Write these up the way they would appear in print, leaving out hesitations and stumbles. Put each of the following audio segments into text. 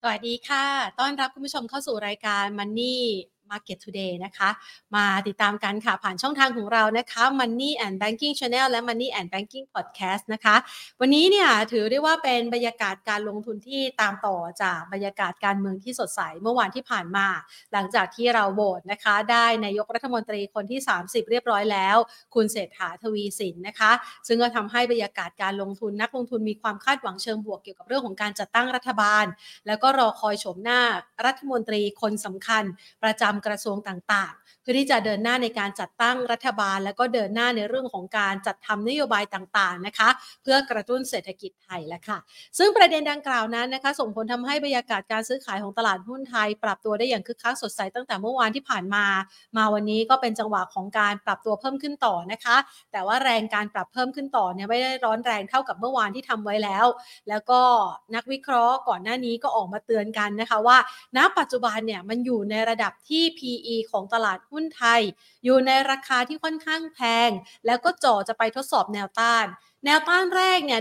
สวัสดีค่ะต้อนรับคุณผู้ชมเข้าสู่รายการ Money Market Today นะคะมาติดตามกันค่ะผ่านช่องทางของเรานะคะ Money and Banking Channel และ Money and Banking Podcast นะคะวันนี้เนี่ยถือได้ว่าเป็นบรรยากาศการลงทุนที่ตามต่อจากบรรยากาศการเมืองที่สดใสเมื่อวานที่ผ่านมาหลังจากที่เราโหวตนะคะได้นายกรัฐมนตรีคนที่30เรียบร้อยแล้วคุณเศรษฐาทวีสินนะคะซึ่งก็ทำให้บรรยากาศการลงทุนนักลงทุนมีความคาดหวังเชิงบวกเกี่ยวกับเรื่องของการจัดตั้งรัฐบาลแล้วก็รอคอยชมหน้ารัฐมนตรีคนสำคัญประจำกระทรวงต่างๆเพื่อที่จะเดินหน้าในการจัดตั้งรัฐบาลแล้วก็เดินหน้าในเรื่องของการจัดทำนโยบายต่างๆนะคะเพื่อกระตุ้นเศรษฐกิจไทยและค่ะซึ่งประเด็นดังกล่าวนั้นนะคะส่งผลทำให้บรรยากาศการซื้อขายของตลาดหุ้นไทยปรับตัวได้อย่างคึกคักสดใสตั้งแต่เมื่อวานที่ผ่านมาวันนี้ก็เป็นจังหวะของการปรับตัวเพิ่มขึ้นต่อนะคะแต่ว่าแรงการปรับเพิ่มขึ้นต่อเนี่ยไม่ได้ร้อนแรงเท่ากับเมื่อวานที่ทำไว้แล้วก็นักวิเคราะห์ก่อนหน้านี้ก็ออกมาเตือนกันนะคะว่าณปัจจุบันเนี่ยมันอยู่ในระดับที่ PE ของตลาดหุ้นไทยอยู่ในราคาที่ค่อนข้างแพงแล้วก็จ่อจะไปทดสอบแนวต้านแรกเนี่ย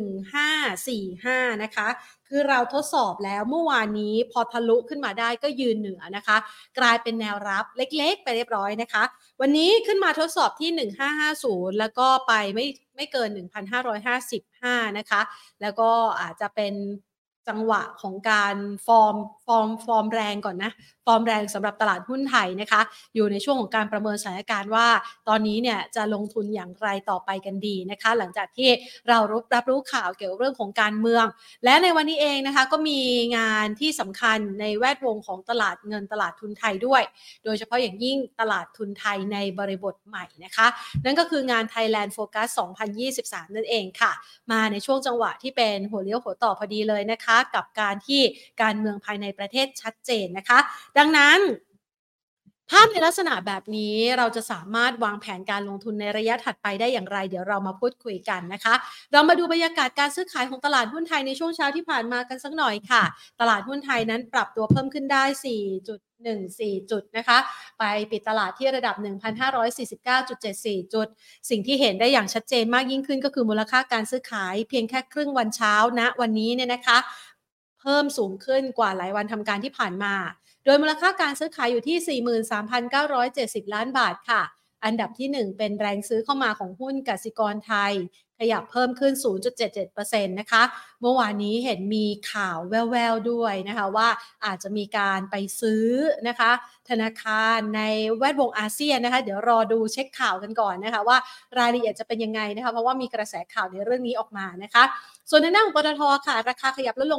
1545นะคะคือเราทดสอบแล้วเมื่อวานนี้พอทะลุขึ้นมาได้ก็ยืนเหนือนะคะกลายเป็นแนวรับเล็กๆไปเรียบร้อยนะคะวันนี้ขึ้นมาทดสอบที่1550แล้วก็ไปไม่เกิน1555นะคะแล้วก็อาจจะเป็นจังหวะของการฟอร์มแรงก่อนนะฟอร์มแรงสำหรับตลาดหุ้นไทยนะคะอยู่ในช่วงของการประเมินสถานการณ์ว่าตอนนี้เนี่ยจะลงทุนอย่างไรต่อไปกันดีนะคะหลังจากที่เรารับรู้ข่าวเกี่ยวกับเรื่องของการเมืองและในวันนี้เองนะคะก็มีงานที่สำคัญในแวดวงของตลาดเงินตลาดทุนไทยด้วยโดยเฉพาะอย่างยิ่งตลาดทุนไทยในบริบทใหม่นะคะนั่นก็คืองาน Thailand Focus 2023 นั่นเองค่ะมาในช่วงจังหวะที่เป็นหัวเลี้ยวหัวต่อพอดีเลยนะคะกับการที่การเมืองภายในประเทศชัดเจนนะคะดังนั้นภาพในลักษณะแบบนี้เราจะสามารถวางแผนการลงทุนในระยะถัดไปได้อย่างไรเดี๋ยวเรามาพูดคุยกันนะคะเรามาดูบรรยากาศการซื้อขายของตลาดหุ้นไทยในช่วงเช้าที่ผ่านมากันสักหน่อยค่ะตลาดหุ้นไทยนั้นปรับตัวเพิ่มขึ้นได้4.14 จุดนะคะไปปิดตลาดที่ระดับ 1,549.74 จุดสิ่งที่เห็นได้อย่างชัดเจนมากยิ่งขึ้นก็คือมูลค่าการซื้อขายเพียงแค่ครึ่งวันเช้าณวันนี้เนี่ยนะคะเพิ่มสูงขึ้นกว่าหลายวันทำการที่ผ่านมาโดยมูลค่าการซื้อขายอยู่ที่ 43,970 ล้านบาทค่ะอันดับที่1เป็นแรงซื้อเข้ามาของหุ้นกสิกรไทยขยับเพิ่มขึ้น 0.77% นะคะเมื่อวานนี้เห็นมีข่าวแว่วๆด้วยนะคะว่าอาจจะมีการไปซื้อนะคะธนาคารในแวดวงอาเซียนนะคะเดี๋ยวรอดูเช็คข่าวกันก่อนนะคะว่ารายละเอียดจะเป็นยังไงนะคะเพราะว่ามีกระแสข่าวในเรื่องนี้ออกมานะคะส่วนในหน้าของปตท.ค่ะราคาขยับลดลง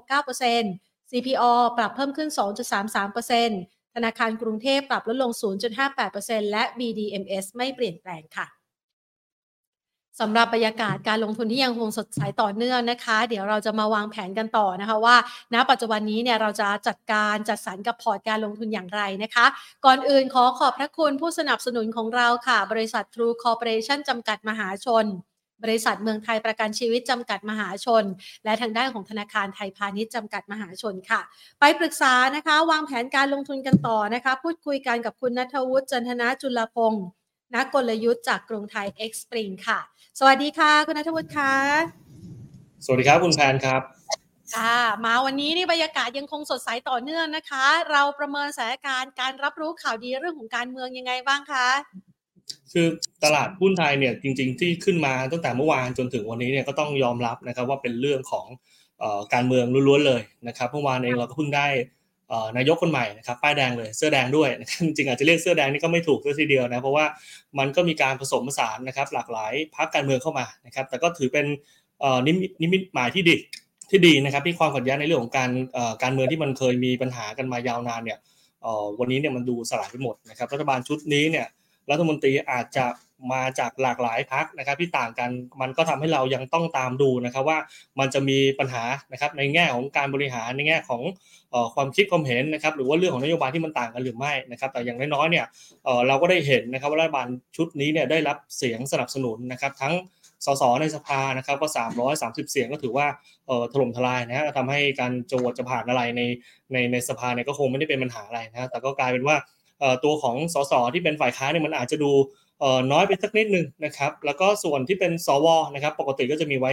0.69% CPO ปรับเพิ่มขึ้น 2.33% ธนาคารกรุงเทพปรับลดลง 0.58% และ BDMs ไม่เปลี่ยนแปลงค่ะสำหรับบรรยากาศการลงทุนที่ยังคงสดใสต่อเนื่องนะคะเดี๋ยวเราจะมาวางแผนกันต่อนะคะว่าณปัจจุบันนี้เนี่ยเราจะจัดสรรกับพอร์ตการลงทุนอย่างไรนะคะก่อนอื่นขอขอบพระคุณผู้สนับสนุนของเราค่ะบริษัท True Corporation จำกัดมหาชนบริษัทเมืองไทยประกันชีวิตจำกัดมหาชนและทางด้านของธนาคารไทยพาณิชย์จำกัดมหาชนค่ะไปปรึกษานะคะวางแผนการลงทุนกันต่อนะคะพูดคุยกันกับคุณณัฐวุฒิจันทนะจุลพงศ์นักกลยุทธ์จากกรุงไทยเอ็กซ์ปริงค่ะสวัสดีค่ะคุณณัฐวุฒิค่ะสวัสดีครับคุณแพนครับค่ะมาวันนี้นี่บรรยากาศยังคงสดใสต่อเนื่องนะคะเราประเมินสถานการณ์การรับรู้ข่าวดีเรื่องของการเมืองยังไงบ้างคะคือตลาดหุ้นไทยเนี่ยจริงๆที่ขึ้นมาตั้งแต่เมื่อวานจนถึงวันนี้เนี่ยก็ต้องยอมรับนะครับว่าเป็นเรื่องของการเมืองล้วนๆเลยนะครับเมื่อวานเองเราก็เพิ่งได้นายกคนใหม่นะครับป้ายแดงเลยเสื้อแดงด้วยนะครับจริงๆอาจจะเรียกเสื้อแดงนี่ก็ไม่ถูกซะทีเดียวนะเพราะว่ามันก็มีการผสมผสานนะครับหลากหลายพรรคการเมืองเข้ามานะครับแต่ก็ถือเป็นนิมิตหมายที่ดีนะครับที่ความขัดแย้งในเรื่องของการเมืองที่มันเคยมีปัญหากันมายาวนานเนี่ยวันนี้เนี่ยมันดูสลายไปหมดนะครับรัฐบาลชุดนี้เนี่ยรัฐมนตรีอาจจะมาจากหลากหลายพรรคนะครับที่ต่างกันมันก็ทำให้เรายังต้องตามดูนะครับว่ามันจะมีปัญหานะครับในแง่ของการบริหารในแง่ของความคิดความเห็นนะครับหรือว่าเรื่องของนโยบายที่มันต่างกันหรือไม่นะครับแต่อย่างน้อยๆเนี่ยเราก็ได้เห็นนะครับว่ารัฐบาลชุดนี้เนี่ยได้รับเสียงสนับสนุนนะครับทั้งสสในสภานะครับก็330เสียงก็ถือว่าถล่มทลายนะฮะทำให้การโหวตจะผ่านอะไรในสภาเนี่ยก็คงไม่ได้เป็นปัญหาอะไรนะแต่ก็กลายเป็นว่าตัวของสสที่เป็นฝ่ายค้านเนี่ยมันอาจจะดูน้อยไปสักนิดนึงนะครับแล้วก็ส่วนที่เป็นสวนะครับปกติก็จะมีไว้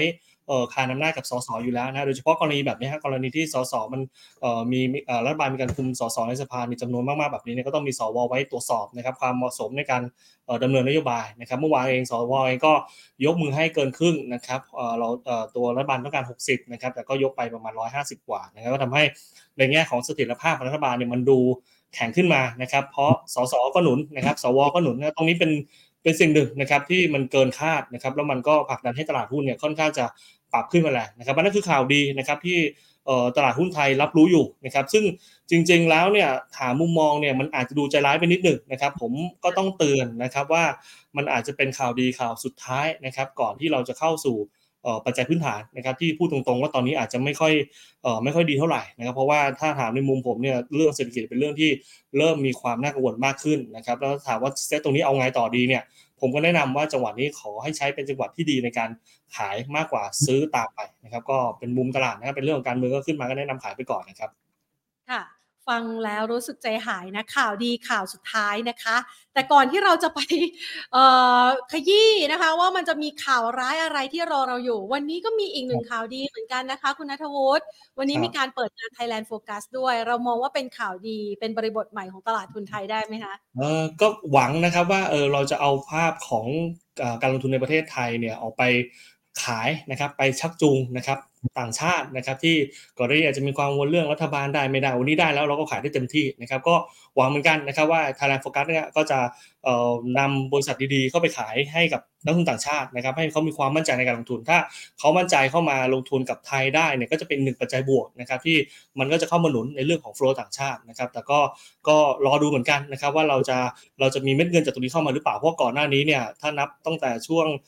คานอำนาจกับสสอยู่แล้วนะโดยเฉพาะกรณีแบบนี้ครับกรณีที่สสมันมีรัฐบาลมีการคุมสสในสภามีจำนวนมากๆแบบนี้เนี่ยก็ต้องมีสวไว้ตรวจสอบนะครับความเหมาะสมในการดำเนินนโยบายนะครับเมื่อวานเองสวเองก็ยกมือให้เกินครึ่งนะครับตัวรัฐบาลต้องการ60นะครับแต่ก็ยกไปประมาณ150กว่านะครับก็ทำให้ในแง่ของเสถียรภาพของรัฐบาลเนี่ยมันดูแข็งขึ้นมานะครับเพราะสสก็หนุนนะครับสวก็หนุนนะตรงนี้เป็นสิ่งหนึ่งนะครับที่มันเกินคาดนะครับแล้วมันก็ผลักดันให้ตลาดหุ้นเนี่ยค่อนข้างจะปรับขึ้นมาแหละนะครับนั่นคือข่าวดีนะครับที่ตลาดหุ้นไทยรับรู้อยู่นะครับซึ่งจริงๆแล้วเนี่ยถามมุมมองเนี่ยมันอาจจะดูใจร้ายไปนิดหนึ่งนะครับผมก็ต้องเตือนนะครับว่ามันอาจจะเป็นข่าวดีข่าวสุดท้ายนะครับก่อนที่เราจะเข้าสู่ปัจจัยพื้นฐานนะครับที่พูดตรงๆว่าตอนนี้อาจจะไม่ค่อยดีเท่าไหร่นะครับเพราะว่าถ้าถามในมุมผมเนี่ยเรื่องเศรษฐกิจเป็นเรื่องที่เริ่มมีความน่ากังวลมากขึ้นนะครับแล้วถามว่าเซตตรงนี้เอาไงต่อดีเนี่ยผมก็แนะนำว่าจังหวะนี้ขอให้ใช้เป็นจังหวะที่ดีในการขายมากกว่าซื้อตามไปนะครับก็เป็นมุมตลาดนะครับเป็นเรื่องของการเมืองก็ขึ้นมาก็แนะนำขายไปก่อนนะครับค่ะฟังแล้วรู้สึกใจหายนะข่าวดีข่าวสุดท้ายนะคะแต่ก่อนที่เราจะไปขยี้นะคะว่ามันจะมีข่าวร้ายอะไรที่รอเราอยู่วันนี้ก็มีอีกหนึ่งข่าวดีเหมือนกันนะคะคุณณัฐวุฒิวันนี้มีการเปิดงาน Thailand Focus ด้วยเรามองว่าเป็นข่าวดีเป็นบริบทใหม่ของตลาดทุนไทยได้ไหมคะก็หวังนะครับว่าเราจะเอาภาพของการลงทุนในประเทศไทยเนี่ยออกไปขายนะครับไปชักจูงนะครับต่างชาตินะครับที่ก่อนหน้านี้อาจจะมีความกังวลเรื่องรัฐบาลได้ไม่ได้วันนี้ได้แล้วเราก็ขายได้เต็มที่นะครับก็หวังเหมือนกันนะครับว่า Thailand Focus เนี่ยก็จะนำบริษัทดีๆเข้าไปขายให้กับนักลงทุนต่างชาตินะครับให้เขามีความมั่นใจในการลงทุนถ้าเขามั่นใจเข้ามาลงทุนกับไทยได้เนี่ยก็จะเป็นหนึ่งปัจจัยบวกนะครับที่มันก็จะเข้ามาหนุนในเรื่องของโฟลว์ต่างชาตินะครับแต่ก็รอดูเหมือนกันนะครับว่าเราจะมีเม็ดเงินจากตรงนี้เข้ามาหรือเปล่าเพราะก่อนหน้านี้เนี่ยถ้านับตั้งแต่ช่วง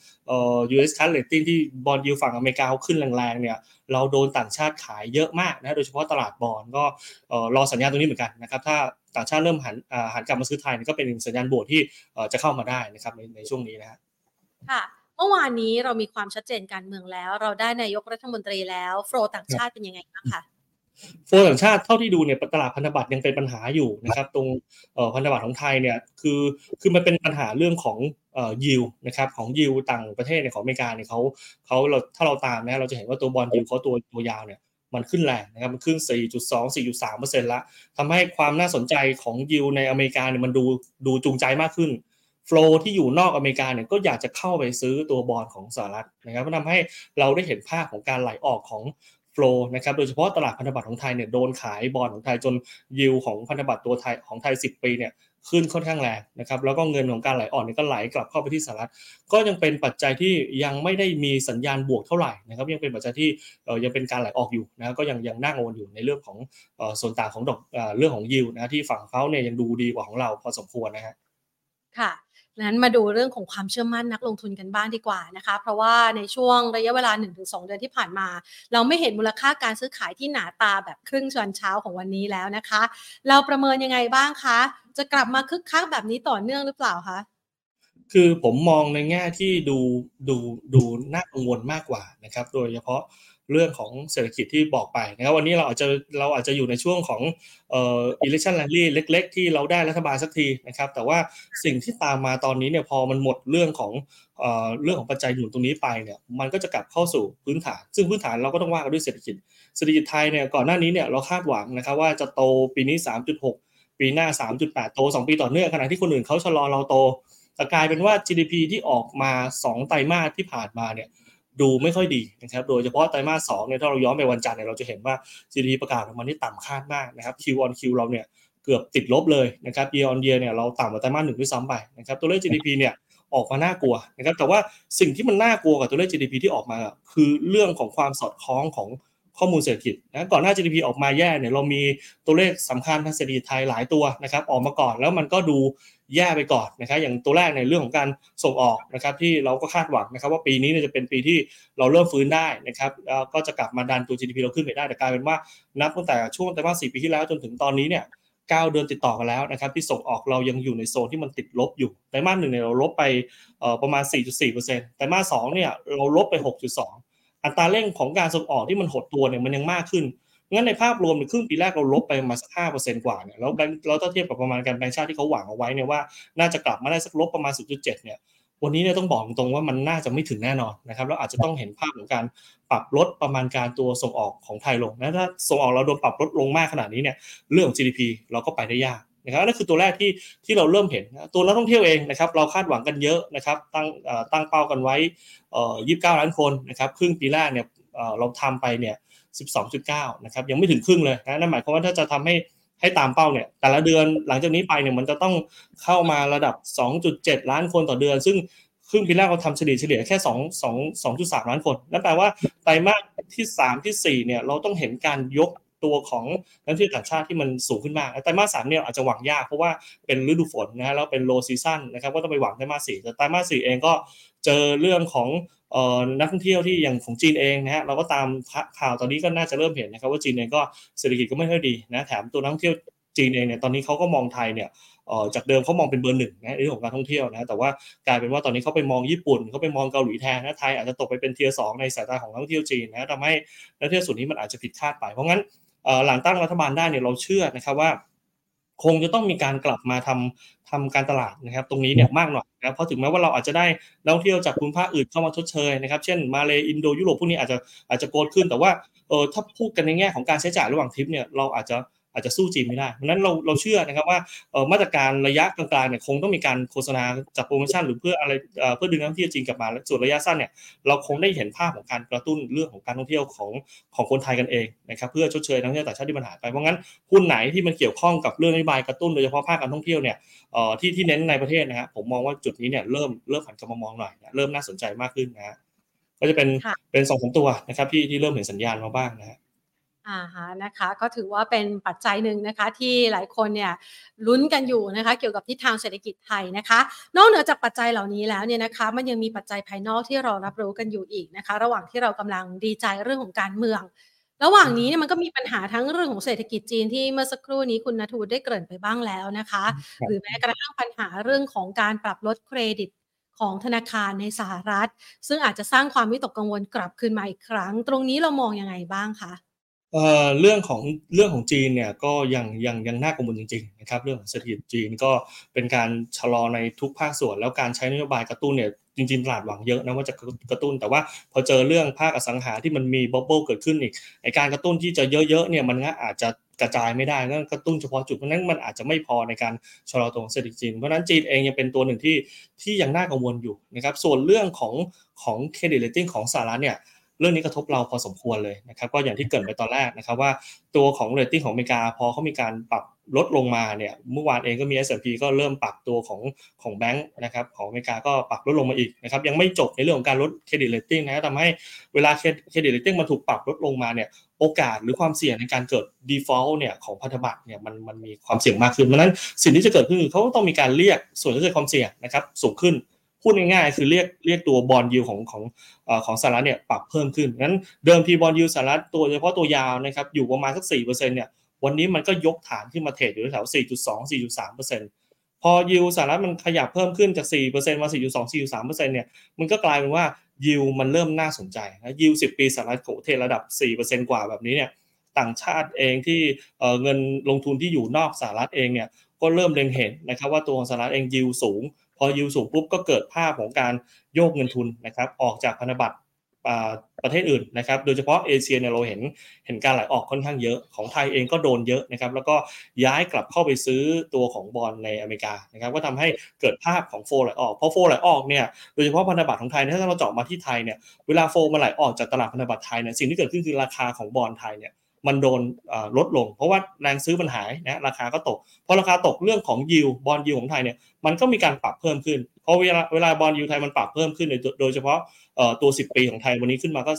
US Credit Rating ที่บอนด์ยิลด์ฝั่งอเมริกาเขาขึ้นแรงๆเนี่ยเราโดนต่างชาติขายเยอะมากนะโดยเฉพาะตลาดบอนด์ก็รอสัญญาณตรงนี้เหมือนกันนะครับถ้าต่างชาติเริ่มหันกลับมาซื้อไทยก็เป็นสัญญาณบวกที่จะเข้ามาได้นะครับในช่วงนี้นะค่ะเมื่อวานนี้เรามีความชัดเจนการเมืองแล้วเราได้นายกรัฐมนตรีแล้วโฟลต่างชาติเป็นยังไงบ้างคะโฟลต่างชาติเท่าที่ดูเนี่ยตลาดพันธบัตรยังเป็นปัญหาอยู่นะครับตรงพันธบัตรของไทยเนี่ยคือมันเป็นปัญหาเรื่องของyield นะครับของ yield ต่างประเทศเนี่ยของอเมริกาเนี่ยเขาถ้าเราตามนะเราจะเห็นว่าตัวบอนด์ yield เขาตัวยาวเนี่ยมันขึ้นแรงนะครับมันขึ้น 4.2 4.3% แล้วทำให้ความน่าสนใจของ yield ในอเมริกาเนี่ยมันดูจูงใจมากขึ้นโฟลที่อยู่นอกอเมริกาเนี่ยก็อยากจะเข้าไปซื้อตัวบอนด์ของสหรัฐนะครับมันทำให้เราได้เห็นภาพของการไหลออกของโฟลนะครับโดยเฉพาะตลาดพันธบัตรของไทยเนี่ยโดนขายบอนด์ของไทยจนยิวของพันธบัตรตัวไทยของไทย10ปีเนี่ยขึ้นค่อนข้างแรงนะครับแล้วก็เงินของการไหลออกเนี่ยก็ไหลกลับเข้าไปที่สหรัฐก็ยังเป็นปัจจัยที่ยังไม่ได้มีสัญญาณบวกเท่าไหร่นะครับยังเป็นปัจจัยที่ยังเป็นการไหลออกอยู่นะก็ยังน่ากังวลอยู่ในเรื่องของส่วนต่างของดอกเรื่องของยิวนะที่ฝั่งเขาเนี่ยยังดูดีกว่าของเราพอสมควรนะฮะค่ะงั้นมาดูเรื่องของความเชื่อมั่นนักลงทุนกันบ้างดีกว่านะคะเพราะว่าในช่วงระยะเวลา 1-2 เดือนที่ผ่านมาเราไม่เห็นมูลค่าการซื้อขายที่หนาตาแบบครึ่งวันเช้าของวันนี้แล้วนะคะเราประเมินยังไงบ้างคะจะกลับมาคึกคักแบบนี้ต่อเนื่องหรือเปล่าคะคือผมมองในแง่ที่ดูน่ากังวลมากกว่านะครับโดยเฉพาะเรื่องของเศรษฐกิจที่บอกไปนะครับวันนี้เราอาจจะอยู่ในช่วงของelection rally เล็กๆที่เราได้รัฐบาลสักทีนะครับแต่ว่าสิ่งที่ตามมาตอนนี้เนี่ยพอมันหมดเรื่องของปัจจัยหนุนตรงนี้ไปเนี่ยมันก็จะกลับเข้าสู่พื้นฐานซึ่งพื้นฐานเราก็ต้องว่ากันด้วยเศรษฐกิจไทยเนี่ยก่อนหน้านี้เนี่ยเราคาดหวังนะครับว่าจะโตปีนี้ 3.6 ปีหน้า 3.8 โต2ปีต่อเนื่องขณะที่คนอื่นเขาชะลอเราโตแต่กลายเป็นว่า GDP ที่ออกมา2ไตรมาสที่ผ่านมาเนี่ยดูไม่ค่อยดีนะครับโดยเฉพาะไตรมาส2เนี่ยถ้าเราย้อนไปวันจันทร์เนี่ยเราจะเห็นว่า GDP ประกาศออกมาที่ต่ำคาดมากนะครับ Q on Q เราเนี่ยเกือบติดลบเลยนะครับ Year on Year เนี่ยเราต่ำกว่าไตรมาส1ด้วยซ้ำไปนะครับตัวเลข GDP เนี่ยออกมาน่ากลัวนะครับแต่ว่าสิ่งที่มันน่ากลัวกับตัวเลข GDP ที่ออกมาคือเรื่องของความสอดคล้องของข้อมูลเศรษฐกิจนะก่อนหน้า GDP ออกมาแย่เนี่ยเรามีตัวเลขสำคัญทางเศรษฐกิจไทยหลายตัวนะครับออกมาก่อนแล้วมันก็ดูแย่ไปก่อนนะครับอย่างตัวแรกในเรื่องของการส่งออกนะครับที่เราก็คาดหวังนะครับว่าปีนี้เนี่ยจะเป็นปีที่เราเริ่มฟื้นได้นะครับก็จะกลับมาดันตัว GDP เราขึ้นไปได้แต่กลายเป็นว่านับตั้งแต่ช่วงไตรมาส4ปีที่แล้วจนถึงตอนนี้เนี่ย9 เดือนติดต่อกันแล้วนะครับที่ส่งออกเรายังอยู่ในโซนที่มันติดลบอยู่ไตรมาส1เนี่ยเราลบไปประมาณ 4.4% ไตรมาส2เนี่ยเราลบไป 6.2 อัตราเร่งของการส่งออกที่มันหดตัวเนี่ยมันยังมากขึ้นงั้นในภาพรวมในครึ่งปีแรกเราลบไปมาสัก 5% กว่าเนี่ยแล้วถ้าเทียบกับประมาณการแบงก์ชาติที่เขาหวังเอาไว้เนี่ยว่าน่าจะกลับมาได้สักลบประมาณ 0.7 เนี่ยวันนี้เนี่ยต้องบอกตรงๆว่ามันน่าจะไม่ถึงแน่นอนนะครับแล้วอาจจะต้องเห็นภาพของการปรับลดประมาณการตัวส่งออกของไทยลงนะถ้าส่งออกเราโดนปรับลดลงมากขนาดนี้เนี่ยเรื่องของ GDP เราก็ไปได้ยากนะครับนั่นคือตัวแรกที่เราเริ่มเห็นนะตัวนักท่องเที่ยวเองนะครับเราคาดหวังกันเยอะนะครับตั้งเป้ากันไว้29 ล้านคนนะครับครึ่งปีแรกเนี่ยเราทำไปเนี่ย12.9 นะครับยังไม่ถึงครึ่งเลยนะนั่นหมายความว่าถ้าจะทำให้ตามเป้าเนี่ยแต่ละเดือนหลังจากนี้ไปเนี่ยมันจะต้องเข้ามาระดับ 2.7 ล้านคนต่อเดือนซึ่งครึ่งปีแรกเราทำเฉลี่ยแค่2.3 ล้านคนนั่นแปลว่าไตรมาสที่3ที่4เนี่ยเราต้องเห็นการยกตัวของนักท่องเที่ยวต่างชาติที่มันสูงขึ้นมากไตรมาส3เนี่ยอาจจะหวังยากเพราะว่าเป็นฤดูฝนนะฮะแล้วเป็น low season นะครับก็ต้องไปหวังไตรมาส4แต่ไตรมาส4เองก็เจอเรื่องของนักท่องเที่ยวที่อย่างของจีนเองนะฮะเราก็ตามข่าวตอนนี้ก็น่าจะเริ่มเห็นนะครับว่าจีนเองก็เศรษฐกิจก็ไม่ค่อยดีนะแถมตัวนักท่องเที่ยวจีนเองเนี่ยตอนนี้เขาก็มองไทยเนี่ยจากเดิมเขามองเป็นเบอร์หนึ่งนะในเรื่องของการท่องเที่ยวนะแต่ว่ากลายเป็นว่าตอนนี้เขาไปมองญี่ปุ่นเขาไปมองเกาหลีแทนนะไทยอาจจะตกไปเป็นเทียร์2ในสายตาของนักท่องเที่ยวจีนนะทำให้นักท่องเที่ยวส่วนนี้มันอาจจะผิดคาดไปเพราะงั้นหลังตั้งรัฐบาลได้เนี่ยเราเชื่อนะครับว่าคงจะต้องมีการกลับมาทำการตลาดนะครับตรงนี้เนี่ยมากหน่อยนะเพราะถึงแม้ว่าเราอาจจะได้นักท่องเที่ยวจากภูมิภาคอื่นเข้ามาชดเชยนะครับเช่นมาเลอินโดยุโรปพวกนี้อาจจะโกรธขึ้นแต่ว่าถ้าพูดกันในแง่ของการใช้จ่ายระหว่างทริปเนี่ยเราอาจจะสู้จีนไม่ได้เพราะนั้นเราเชื่อนะครับว่ามาตรการระยะกลางๆเนี่ยคงต้องมีการโฆษณาจัดโปรโมชั่นหรือเพื่ออะไรเพื่อดึงนักท่องเที่ยวจีนกลับมาส่วนระยะสั้นเนี่ยเราคงได้เห็นภาพของการกระตุ้นเรื่องของการท่องเที่ยวของคนไทยกันเองนะครับเพื่อชดเชยนักท่องเที่ยวต่างชาติที่มันหายไปเพราะงั้นหุ้นไหนที่มันเกี่ยวข้องกับเรื่องนโยบายกระตุ้นโดยเฉพาะภาคการท่องเที่ยวเนี่ยที่เน้นในประเทศนะฮะผมมองว่าจุดนี้เนี่ยเริ่มหันกลับมามองหน่อยนะเริ่มน่าสนใจมากขึ้นนะฮะก็จะเป็น2-3ตัวนะครับที่เริ่มเห็นสัญญาณมาบ้างนะฮะฮะนะคะก็ถือว่าเป็นปัจจัยหนึ่งนะคะที่หลายคนเนี่ยลุ้นกันอยู่นะคะเกี่ยวกับทิศทางเศรษฐกิจไทยนะคะนอกเหนือจากปัจจัยเหล่านี้แล้วเนี่ยนะคะมันยังมีปัจจัยภายนอกที่เรารับรู้กันอยู่อีกนะคะระหว่างที่เรากำลังดีใจเรื่องของการเมืองระหว่างนี้เนี่ยมันก็มีปัญหาทั้งเรื่องของเศรษฐกิจจีนที่เมื่อสักครู่นี้คุณณทูตได้เกริ่นไปบ้างแล้วนะคะหรือแม้กระทั่งปัญหาเรื่องของการปรับลดเครดิตของธนาคารในสหรัฐซึ่งอาจจะสร้างความวิตกกังวลกลับคืนมาอีกครั้งตรงนี้เรามองยังไงบ้างคะเรื่องของจีนเนี่ยก็ยังน่ากังวลจริงๆนะครับเรื่องของเศรษฐกิจจีนก็เป็นการชะลอในทุกภาคส่วนแล้วการใช้นโยบายกระตุ้นเนี่ยจริงๆตลาดหวังเยอะนะว่าจะกระตุ้นแต่ว่าพอเจอเรื่องภาคอสังหาที่มันมีบับเบิลเกิดขึ้นอีกไอ้การกระตุ้นที่จะเยอะๆเนี่ยมันก็อาจจะกระจายไม่ได้ก็กระตุ้นเฉพาะจุดเพราะนั้นมันอาจจะไม่พอในการชะลอตัวของเศรษฐกิจจีนเพราะนั้นจีนเองยังเป็นตัวหนึ่งที่ยังน่ากังวลอยู่นะครับส่วนเรื่องของเครดิตเรตติ้งของสหรัฐเนี่ย เรื่องนี้กระทบเราพอสมควรเลยนะครับก็อย่างที่เกริ่นไปตอนแรกนะครับว่าตัวของเรตติ้งของอเมริกาพอเขามีการปรับลดลงมาเนี่ยเมื่อวานเองก็มี S&P ก็เริ่มปรับตัวของแบงค์นะครับของอเมริกาก็ปรับลดลงมาอีกนะครับยังไม่จบในเรื่องของการลดเครดิตเรตติ้งนะทำให้เวลาเครดิตเรตติ้งมันถูกปรับลดลงมาเนี่ยโอกาสหรือความเสี่ยงในการเกิด default เนี่ยของพันธบัตรเนี่ยมันมีความเสี่ยงมากขึ้นเพราะนั้นสิ่งที่จะเกิดขึ้นคือเขาต้องมีการเรียกส่วนที่เกิดความเสี่ยงนะครับสูงขึ้นพูดง่ายๆคือเรียกตัวบอนด์ยิลด์ของสหรัฐเนี่ยปรับเพิ่มขึ้นงั้นเดิมทีบอนด์ยิลด์สหรัฐตัวเฉพาะตัวยาวนะครับอยู่ประมาณสัก 4% เนี่ยวันนี้มันก็ยกฐานขึ้นมาเทรดอยู่แถว 4.2 4.3% พอยิลด์สหรัฐมันขยับเพิ่มขึ้นจาก 4% มา 4.2 4.3% เนี่ยมันก็กลายเป็นว่ายิลด์มันเริ่มน่าสนใจนะยิลด์10 ปีสหรัฐเทรดระดับ 4% กว่าแบบนี้เนี่ยต่างชาติเองที่เงินลงทุนที่อยู่นอกสหรัฐเองเนี่ยก็เริ่มเล็งเห็นนะครับว่าตัวของสหรัฐเองยิลด์สูงพอยิลด์สูงปุ๊บก็เกิดภาพของการโยกเงินทุนนะครับออกจากพันธบัตรประเทศอื่นนะครับโดยเฉพาะเอเชียเนี่ยเราเห็นการไหลออกค่อนข้างเยอะของไทยเองก็โดนเยอะนะครับแล้วก็ย้ายกลับเข้าไปซื้อตัวของบอนด์ในอเมริกานะครับก็ทำให้เกิดภาพของโฟไหลออกพอโฟไหลออกเนี่ยโดยเฉพาะพันธบัตรของไทยถ้าเราเจาะมาที่ไทยเนี่ยเวลาโฟมันไหลออกจากตลาดพันธบัตรไทยเนี่ยสิ่งที่เกิดขึ้นคือราคาของบอนด์ไทยเนี่ยมันโดนลดลงเพราะว่าแรงซื้อมันหายนะราคาก็ตกพอราคาตกเรื่องของยิลด์บอนด์ยิลด์ของไทยเนี่ยมันก็มีการปรับเพิ่มขึ้นเพราะเวลาบอนด์ยิลด์ไทยมันปรับเพิ่มขึ้นโดยเฉพาะตัว10ปีของไทยวันนี้ขึ้นมาก็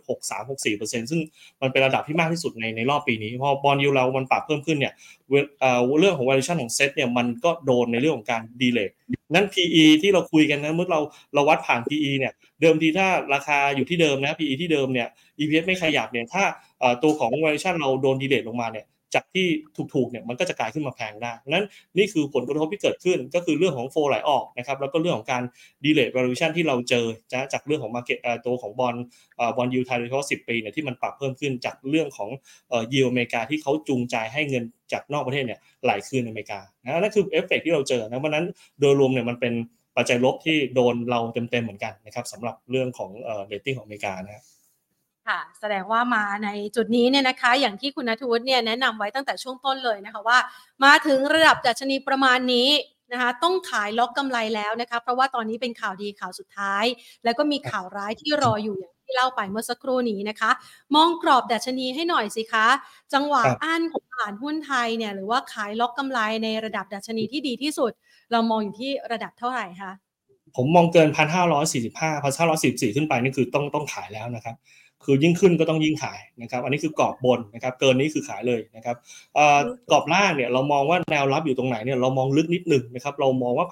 2.6364% ซึ่งมันเป็นระดับที่มากที่สุดในรอบปีนี้พอบอนด์ยิลด์เรามันปรับเพิ่มขึ้นเนี่ยเรื่องของ valuation ของเซ็ตเนี่ยมันก็โดนในเรื่องของการดีเลย์นั้น PE ที่เราคุยกันนะเมื่อเราวัดผ่าน PE เนี่ยเดิมทีถ้าราคาอยู่ที่เดิมนะ PE ที่เดิมเนี่ย EPS ไม่ขยับเนี่ยถ้าตัวของ valuation เราโดนดีเลย์ลงมาเนี่ยจากที่ถูกๆเนี่ยมันก็จะกลายขึ้นมาแพงได้นั้นนี่คือผลกระทบที่เกิดขึ้นก็คือเรื่องของโฟไหลออกนะครับแล้วก็เรื่องของการ delay valuation ที่เราเจอจากเรื่องของ market ตัวของบอนด์ยิลด์ไทยโดยเฉพาะ10 ปีเนี่ยที่มันปรับเพิ่มขึ้นจากเรื่องของยิลด์อเมริกาที่เขาจูงใจให้เงินจากนอกประเทศเนี่ยไหลคืนอเมริกานะนั่นคือเอฟเฟกต์ที่เราเจอนะเพราะนั้นโดยรวมเนี่ยมันเป็นปัจจัยลบที่โดนเราเต็มๆเหมือนกันนะครับสำหรับเรื่องของเรตติ้งของอเมริกานะครับค่ะแสดงว่ามาในจุดนี้เนี่ยนะคะอย่างที่คุณณัฐวุฒิเนี่ยแนะนำไว้ตั้งแต่ช่วงต้นเลยนะคะว่ามาถึงระดับดัชนีประมาณนี้นะคะต้องขายล็อกกำไรแล้วนะคะเพราะว่าตอนนี้เป็นข่าวดีข่าวสุดท้ายแล้วก็มีข่าวร้ายที่รออยู่อย่างที่เล่าไปเมื่อสักครู่นี้นะคะมองกรอบดัชนีให้หน่อยสิคะจังหวะอั้นของตลาดหุ้นไทยเนี่ยหรือว่าขายล็อกกำไรในระดับดัชนีที่ดีที่สุดเรามองอยู่ที่ระดับเท่าไหร่คะผมมองเกิน 1,545 1,544 ขึ้นไปนี่คือต้องขายแล้วนะครับคือยิ่งขึ้นก็ต้องยิ่งขายนะครับอันนี้คือกรอบบนนะครับเกินนี้คือขายเลยนะครับกรอบล่างเนี่ยเรามองว่าแนวรับอยู่ตรงไหนเนี่ยเรามองลึกนิดนึงนะครับเรามองว่า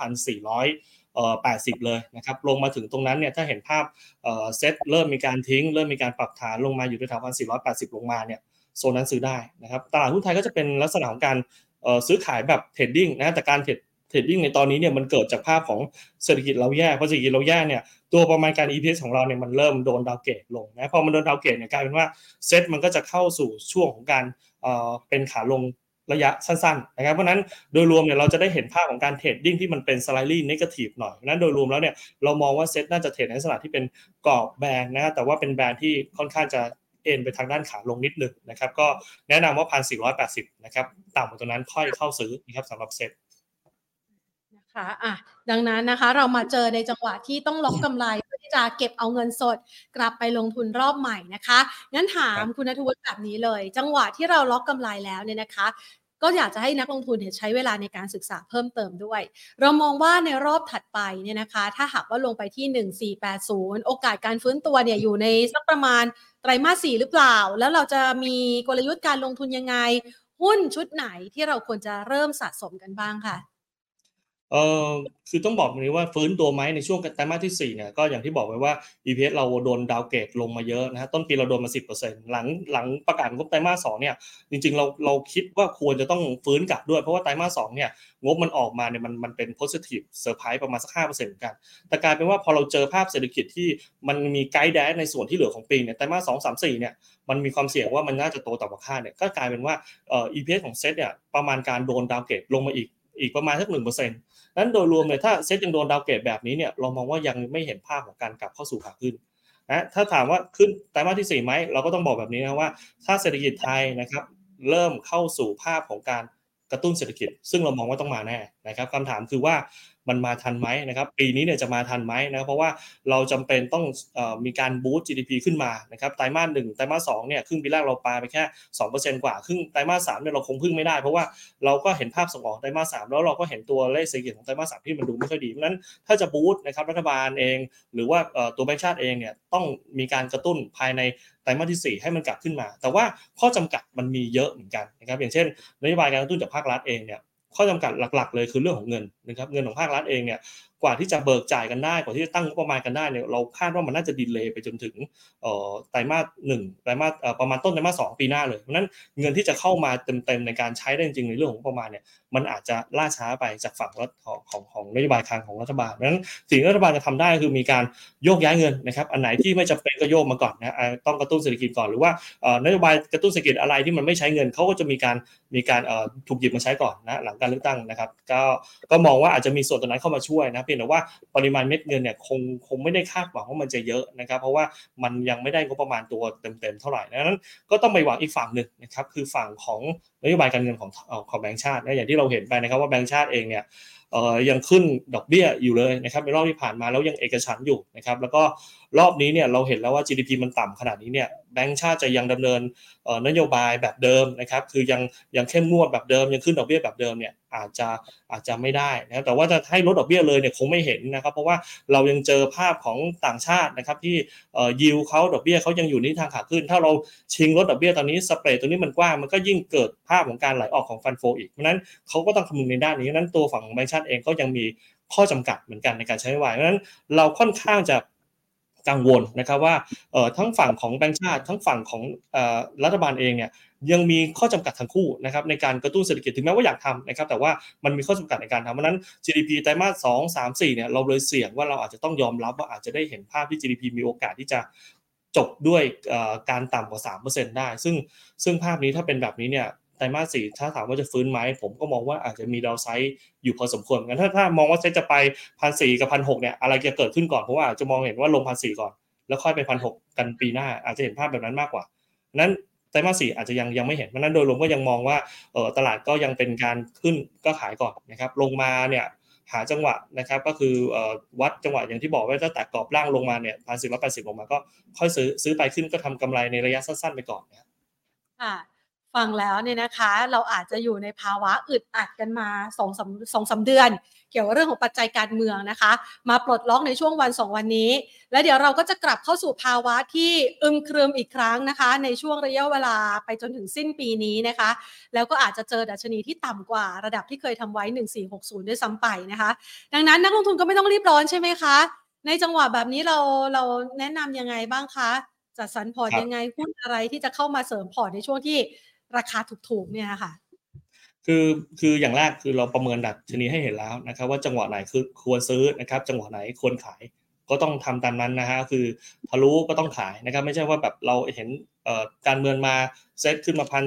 1,480 เลยนะครับลงมาถึงตรงนั้นเนี่ยถ้าเห็นภาพเซ็ตเริ่มมีการทิ้งเริ่มมีการปรับฐานลงมาอยู่แถว 1,480 ลงมาเนี่ยโซนนั้นซื้อได้นะครับตลาดหุ้นไทยก็จะเป็นลักษณะของการซื้อขายแบบเทรดดิ้งนะแต่การเทรดดิ้งในตอนนี้เนี่ยมันเกิดจากภาพของเศรษฐกิจเราแย่พอเศรษฐกิจเราแย่เนี่ยตัวประมาณการ EPS ของเราเนี่ยมันเริ่มโดนดาวเกรดลงนะพอมันโดนดาวเกรดเนี่ยกลายเป็นว่าเซ็ตมันก็จะเข้าสู่ช่วงของการเป็นขาลงระยะสั้นๆนะครับเพราะนั้นโดยรวมเนี่ยเราจะได้เห็นภาพของการเทรดดิ้งที่มันเป็น slightly negative หน่อยนั้นโดยรวมแล้วเนี่ยเรามองว่าเซ็ตน่าจะเทรดในลักษณะที่เป็นกรอบแบนนะแต่ว่าเป็นแบนที่ค่อนข้างจะเอ็นไปทางด้านขาลงนิดนึงนะครับก็แนะนำว่า 1,480 นะครับต่ำกว่าตรงนั้นค่อยเข้าซื้อนะครับสำหรับเซ็ตค่ะดังนั้นนะคะเรามาเจอในจังหวะที่ต้องล็อกกำไรเพื่อที่จะเก็บเอาเงินสดกลับไปลงทุนรอบใหม่นะคะงั้นถามคุณณัฐวุฒิแบบนี้เลยจังหวะที่เราล็อกกำไรแล้วเนี่ยนะคะก็อยากจะให้นักลงทุนเนี่ยใช้เวลาในการศึกษาเพิ่มเติมด้วยเรามองว่าในรอบถัดไปเนี่ยนะคะถ้าหากว่าลงไปที่1480โอกาสการฟื้นตัวเนี่ยอยู่ในสักประมาณไตรมาส4หรือเปล่าแล้วเราจะมีกลยุทธ์การลงทุนยังไงหุ้นชุดไหนที่เราควรจะเริ่มสะสมกันบ้างค่ะเอ่อคือต้องบอกแบบนี้ว่าฟื้นตัวไหมในช่วงไตรมาสที่4เนี่ยก็อย่างที่บอกไว้ว่า EPS เราโดนดาวน์เกรดลงมาเยอะนะครับต้นปีเราโดนมา 10% หลังประกาศงบไตรมาส2เนี่ยจริงๆเราคิดว่าควรจะต้องฟื้นกลับด้วยเพราะว่าไตรมาส2เนี่ยงบมันออกมาเนี่ยมันเป็น positive surprise ประมาณสัก 5% เหมือนกันแต่กลายเป็นว่าพอเราเจอภาพเศรษฐกิจที่มันมีไกด์แดนในส่วนที่เหลือของปีเนี่ยไตรมาส2 3 4เนี่ยมันมีความเสี่ยงว่ามันน่าจะโตต่ำกว่าคาดเนี่ยก็กลายเป็นว่าEPS ของเซ็ตเนี่ยประมาณการโดนดาวน์เกรดลงมาอีกประมาณสัก 1% นั้นโดยรวมเนี่ยถ้าเซ็ตยังโดนดาวเกรดแบบนี้เนี่ยเรามองว่ายังไม่เห็นภาพของการกลับเข้าสู่ขาขึ้นนะถ้าถามว่าขึ้นไตรมาสที่4ไหมเราก็ต้องบอกแบบนี้นะว่าถ้าเศรษฐกิจไทยนะครับเริ่มเข้าสู่ภาพของการกระตุ้นเศรษฐกิจซึ่งเรามองว่าต้องมาแน่นะครับคำถามคือว่ามันมาทันไหมนะครับปีนี้เนี่ยจะมาทันไหมนะเพราะว่าเราจำเป็นต้องมีการบูสต์ GDP ขึ้นมานะครับไตรมาส1ไตรมาส2เนี่ยครึ่งปีแรกเราปาไปแค่ 2% กว่าครึ่งไตรมาส3เนี่ยเราคงพึ่งไม่ได้เพราะว่าเราก็เห็นภาพส่งออกไตรมาส3แล้วเราก็เห็นตัวเลขเศรษฐกิจของไตรมาส3ที่มันดูไม่ค่อยดีเพราะฉะนั้นถ้าจะบูสต์นะครับรัฐบาลเองหรือว่าตัวแบงก์ชาติเองเนี่ยต้องมีการกระตุ้นภายในไตรมาสที่4ให้มันกลับขึ้นมาแต่ว่าข้อจำกัดมันมีเยอะเหมือนกันนะครับอย่างเช่นนโยบายการกระตุ้นจากภาครัฐเองเนี่ยข้อจำกัดหลักๆเลยคือเรื่องของเงินนะครับเงินของภาครัฐเองเนี่ยกว่าที่จะเบิกจ่ายกันได้กว่าที่จะตั้งงบประมาณกันได้เนี่ยเราคาดว่ามันน่าจะดีเลย์ไปจนถึงไตรมาส1ไตรมาสประมาณต้นไตรมาส2ปีหน้าเลยเพราะฉะนั้นเงินที่จะเข้ามาเต็มๆในการใช้ได้จริงๆในเรื่องของประมาณเนี่ยมันอาจจะล่าช้าไปจากฝั่งของนโยบายคลังของรัฐบาลเพราะฉะนั้นสิ่งที่รัฐบาลจะทำได้คือมีการโยกย้ายเงินนะครับอันไหนที่ไม่จำเป็นก็โยกมาก่อนนะต้องกระตุ้นเศรษฐกิจก่อนหรือว่านโยบายกระตุ้นเศรษฐกิจอะไรที่มันไม่ใช้เงินเขาก็จะมีการถูกหยิบมาใช้ก่อนนะหลังการเลือกตั้งนะครับก็มองว่าอาจจะมีส่วนตรงนั้นเข้ามาช่วยนะเพียงแต่ว่าปริมาณเม็ดเงินเนี่ยคงไม่ได้คาดหวังว่ามันจะเยอะนะครับเพราะว่ามันยังไม่ได้งบประมาณตัวเต็มๆเท่าไหร่ดังนั้นก็ต้องไปหวังอีกฝั่งหนึ่งนะครับคือฝั่งของนโยบายการเงินของแบงก์ชาตินะอย่างที่เราเห็นไปนะครับว่าแบงก์ชาติเองเนี่ยยังขึ้นดอกเบี้ยอยู่เลยนะครับในรอบที่ผ่านมาแล้วยังเอกฉันท์อยู่นะครับแล้วก็รอบนี้เนี่ยเราเห็นแล้วว่า GDP มันต่ำขนาดนี้เนี่ยแบงก์ชาติจะยังดำเนินนโยบายแบบเดิมนะครับคือยังเข้มงวดแบบเดิมยังขึ้นดอกเบี้ยแบบเดิมเนี่ยอาจจะไม่ได้นะแต่ว่าจะให้ลดดอกเบี้ยเลยเนี่ยคงไม่เห็นนะครับเพราะว่าเรายังเจอภาพของต่างชาตินะครับที่ยิลเขาดอกเบี้ยเขายังอยู่ในทางขาขึ้นถ้าเราชิงลดดอกเบี้ยตอนนี้สเปรดตัวนี้มันกว้างมันก็ยิ่งเกิดภาพของการไหลออกของฟันโฟอีกเพราะนั้นเขาก็ต้องคำนึงในด้านนี้นั้นตัวฝั่งของแบงก์ชาติเองก็ยังมีข้อจำกัดเหมือนกันในการใช้นโยบายเพราะฉะนั้นเราค่อนข้างจะกังวลนะครับว่าทั้งฝั่งของแบงก์ชาติทั้งฝั่งของรัฐบาลเองเนี่ยยังมีข้อจำกัดทั้งคู่นะครับในการกระตุ้นเศรษฐกิจถึงแม้ว่าอยากทำนะครับแต่ว่ามันมีข้อจำกัดในการทำเพราะนั้น GDP ไตรมาส2 3 4เนี่ยเราเลยเสี่ยงว่าเราอาจจะต้องยอมรับว่าอาจจะได้เห็นภาพที่ GDP มีโอกาสที่จะจบด้วยการต่ำกว่า 3% ได้ซึ่งภาพนี้ถ้าเป็นแบบนี้เนี่ยไตรมาส4ถ้าถามว่าจะฟื้นไหมผมก็มองว่าอาจจะมีดาวไซด์อยู่พอสมควรเหมือนกันถ้ามองว่าเซ็ตจะไป 1,400 กับ 1,600 เนี่ยอะไรจะเกิดขึ้นก่อนเพราะว่าอาจจะมองเห็นว่าลง 1,400 ก่อนแล้วค่อยไป 1,600 กันปีหน้าอาจจะเห็นภาพแบบนั้นมากกว่านั้นไตรมาส4อาจจะยังไม่เห็นเพราะนั้นโดยรวมก็ยังมองว่าตลาดก็ยังเป็นการขึ้นก็ขายก่อนนะครับลงมาเนี่ยหาจังหวะนะครับก็คือวัดจังหวะอย่างที่บอกว่าถ้าแตกกรอบล่างลงมาเนี่ย 1,480 ลงมาก็ค่อยซื้อไปขึ้นก็ทำกำไรในระยะสั้นๆไปก่อนนะครับค่ะฟังแล้วเนี่ยนะคะเราอาจจะอยู่ในภาวะอึดอัดกันมา2-3 เดือนเกี่ยวกับเรื่องของปัจจัยการเมืองนะคะมาปลดล็อกในช่วงวัน2วันนี้แล้วเดี๋ยวเราก็จะกลับเข้าสู่ภาวะที่อึมครึมอีกครั้งนะคะในช่วงระยะเวลาไปจนถึงสิ้นปีนี้นะคะแล้วก็อาจจะเจอดัชนีที่ต่ำกว่าระดับที่เคยทำไว้1460ด้วยซ้ำไปนะคะดังนั้นนักลงทุนก็ไม่ต้องรีบร้อนใช่ไหมคะในจังหวะแบบนี้เราแนะนำยังไงบ้างคะจัดสรรพอร์ตยังไงหุ้นอะไรที่จะเข้ามาเสริมพอร์ตในช่วงที่ราคาถูกๆเนี่ยค่ะคืออย่างแรกคือเราประเมินดัชนีให้เห็นแล้วนะครับว่าจังหวะไหนคือควรซื้อนะครับจังหวะไหนควรขายก็ต้องทำตามนั้นนะฮะคือทะลุก็ต้องขายนะครับไม่ใช่ว่าแบบเราเห็นการเมืองมาเซ็ตขึ้นมา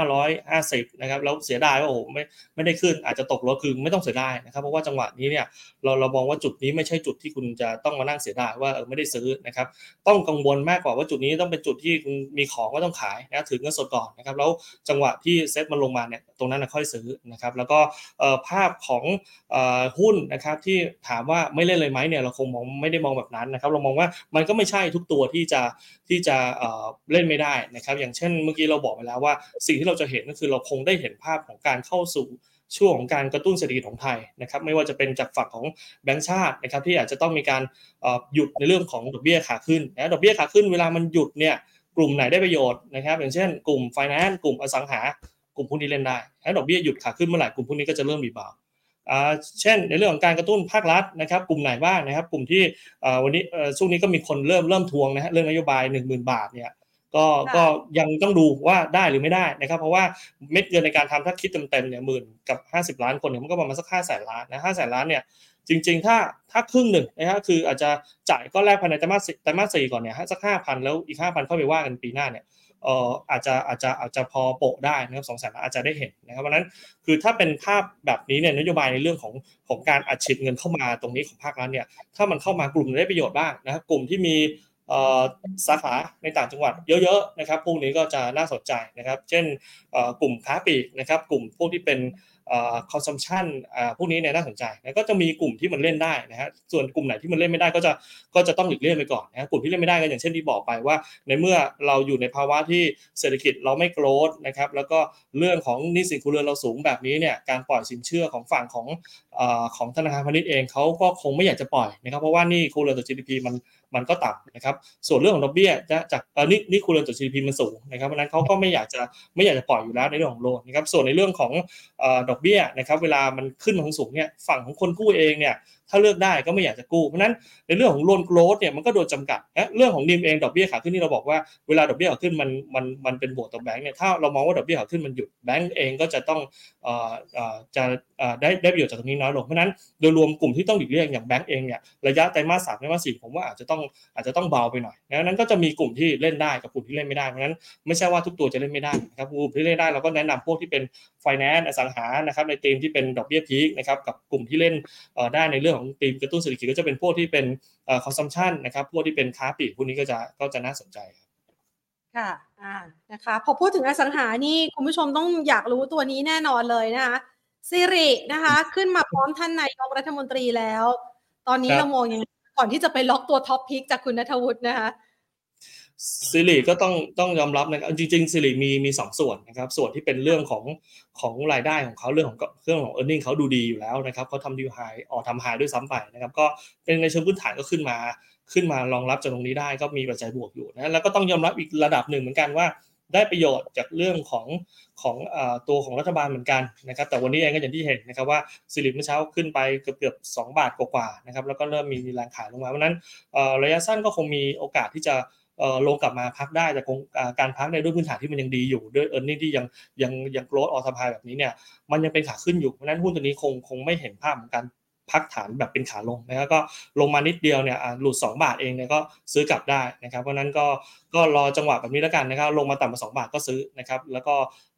1,550นะครับแล้วเสียดายว่าโอ้โหไม่ได้ขึ้นอาจจะตกรถคือไม่ต้องเสียดายนะครับเพราะว่าจังหวะนี้เนี่ยเรามองว่าจุดนี้ไม่ใช่จุดที่คุณจะต้องมานั่งเสียดายว่าไม่ได้ซื้อนะครับต้องกังวลมากกว่าว่าจุดนี้ต้องเป็นจุดที่คุณมีของก็ต้องขายนะถือเงินสดก่อนนะครับแล้วจังหวะที่เซ็ตมันลงมาเนี่ยตรงนั้นค่อยซื้อนะครับแล้วก็ภาพของหุ้นนะครับที่ถามว่าไม่เล่นเลยไหมเนี่ยเราคงไม่ได้มองแบบนั้นนะครับเรามองว่ามันก็ไม่ใช่ทุกตัวที่จะเล่นไม่ได้นะครับอย่างเช่นเมื่อกี้เราบอกไปแล้วว่าสิ่งที่เราจะเห็นก็คือเราคงได้เห็นภาพของการเข้าสู่ช่วงของการกระตุ้นเศรษฐกิจของไทยนะครับไม่ว่าจะเป็นจากฝั่งของแบงก์ชาตินะครับที่อาจจะต้องมีการหยุดในเรื่องของดอกเบี้ยขาขึ้นนะดอกเบี้ยขาขึ้นเวลามันหยุดเนี่ยกลุ่มไหนได้ประโยชน์นะครับอย่างเช่นกลุ่ม Finance กลุ่มอสังหากลุ่มพวกนี้เล่นได้ถ้าดอกเบี้ยหยุดขาขึ้นเมื่อไหร่กลุ่มพวกนี้ก็จะเริ่มรีบาวด์เช่นในเรื่องของการกระตุ้นภาครัฐนะครับกลุ่มไหนบ้างนะครับกลุ่มที่วันนี้ช่วงนี้ก็มีคนเริ่มทวงนะฮะเรื่องนโยบาย 10,000 บาทเนี่ยก็ยังต้องดูว่าได้หรือไม่ได้นะครับเพราะว่าเม็ดเงินในการทำถ้าคิดเต็มๆเนี่ย10,000กับ50ล้านคนเนี่ยมันก็ประมาณสัก500,000 ล้านนะ500,000 ล้านเนี่ยจริงๆถ้าครึ่งหนึ่งนะครับคืออาจจะจ่ายก้อนแรกภายในไตรมาส4ก่อนเนี่ยสัก 5,000 แล้วอีก 5,000 ค่อยไปว่ากันปีหน้าเนี่ยอาจจะพอโปะได้นะครับ200,000 ล้านอาจจะได้เห็นนะครับเพราะนั้นคือถ้าเป็นภาพแบบนี้เนี่ยนโยบายในเรื่องของการอัดฉีดเงินเข้ามาตรงนี้ของภาครัฐเนี่ยถ้ามันเข้ามากลุ่มได้ประโยชน์บ้างนะครับกลุ่มที่มีสาขาในต่างจังหวัดเยอะๆนะครับพวกนี้ก็จะน่าสนใจนะครับเช่นกลุ่มค้าปลีกนะครับกลุ่มพวกที่เป็นconsumption พวกนี้เนี่ยน่าสนใจแล้วก็จะมีกลุ่มที่มันเล่นได้นะฮะส่วนกลุ่มไหนที่มันเล่นไม่ได้ก็จะต้องหลีกเลี่ยงไปก่อนนะกลุ่มที่เล่นไม่ได้ก็อย่างเช่นที่บอกไปว่าในเมื่อเราอยู่ในภาวะที่เศรษฐกิจเราไม่โกรธนะครับแล้วก็เรื่องของหนี้สินครัวเรือนเราสูงแบบนี้เนี่ยการปล่อยสินเชื่อของฝั่งของธนาคารพาณิชย์เองเขาก็คงไม่อยากจะปล่อยนะครับเพราะว่าหนี้ครัวเรือนต่อ GDP มันก็ต่ำนะครับส่วนเรื่องของดอกเบี้ยจากนี่ครัวเรือนต่อ GDP มันสูงนะครับเพราะนั้นเขาก็ไม่อยากจะปล่อยอยู่แล้วในเรื่องของโลนนะครับส่วนในเรื่องของดอกเบี้ยนะครับเวลามันขึ้นของสูงเนี่ยฝั่งของคนกู้เองเนี่ยถ้าเลือกได้ก็ไม่อยากจะกู้เพราะนั้นในเรื่องของโลนโกรทเนี่ยมันก็โดนจำกัดนะเรื่องของนิมเองดอกเบี้ยขาขึ้นที่เราบอกว่าเวลาดอกเบี้ยขาขึ้นมันเป็นบวกต่อแบงก์เนี่ยถ้าเรามองว่าดอกเบี้ยขาขึ้นมันหยุดแบงก์เองก็จะต้องจะได้ประโยชน์จากตรงนี้น้อยลงเพราะนั้นโดยรวมกลุ่มที่ต้องหลีกเลี่ยงอย่างแบงก์เองเนี่ยระยะไตรมาส 3ไตรมาส 4ผมว่าอาจจะต้องเบาไปหน่อยนั้นก็จะมีกลุ่มที่เล่นได้กับกลุ่มที่เล่นไม่ได้เพราะนั้นไม่ใช่ว่าทุกตัวจะเล่นไม่ได้นะครับกลุ่มที่เล่นได้เราก็แนะนำพวกที่เป็น Finance อสังหานะครับในธีมที่เป็นดอกเบี้ยพีคนะครับกับกลุ่มที่เล่นได้ในเรื่องของธีมกระตุ้นเศรษฐกิจก็จะเป็นพวกที่เป็นconsumption นะครับพวกที่เป็นค้าปลีกพวกนี้ก็จะน่าสนใจค่ะนะคะพอพูดถึงอสังหานี่คุณผู้ชมต้องอยากรู้ตัวนี้แน่นอนเลยนะคะสิรินะคะขึ้นมาพร้อมท่านนายกรัฐมนตรีแล้วตอนนี้เรามองยังไงก่อนที่จะไปล็อกตัวท็อปพิกจากคุณณัฐวุฒินะคะซิริก็ต้องยอมรับนะครับจริงๆซิริมี2ส่วนนะครับส่วนที่เป็นเรื่องของรายได้ของเขาเรื่องของearning เขาดูดีอยู่แล้วนะครับเขาทำดีลไฮทำไฮด้วยซ้ำไปนะครับก็เป็นในเชิงพื้นฐานก็ขึ้นมารองรับจากตรงนี้ได้ก็มีปัจจัยบวกอยู่นะแล้วก็ต้องยอมรับอีกระดับหนึ่งเหมือนกันว่าได้ประโยชน์จากเรื่องของตัวของรัฐบาลเหมือนกันนะครับแต่วันนี้เองก็อย่างที่เห็นนะครับว่าซิริเมื่อเช้าขึ้นไปเกือบ2 บาทกว่าๆนะครับแล้วก็เริ่มมีแรงขายลงมาเพราะนั้นระยะสั้นก็คงมีโอกาสที่จะลงกลับมาพักได้แต่คงการพักในด้วยพื้นฐานที่มันยังดีอยู่ด้วย earning ที่ยังโกรทออลไทม์ไฮแบบนี้เนี่ยมันยังเป็นขาขึ้นอยู่เพราะนั้นหุ้นตัวนี้คงไม่เห็นภาพของการพักฐานแบบเป็นขาลงนะครับก็ลงมานิดเดียวเนี่ยหลุด2 บาทเองเนี่ยก็ซื้อกลับได้นะครับเพราะนั้นก็รอจังหวะแบบนี้แล้วกันนะครับลงมาต่ำกว่า2 บาทก็ซื้อนะครับแล้วก็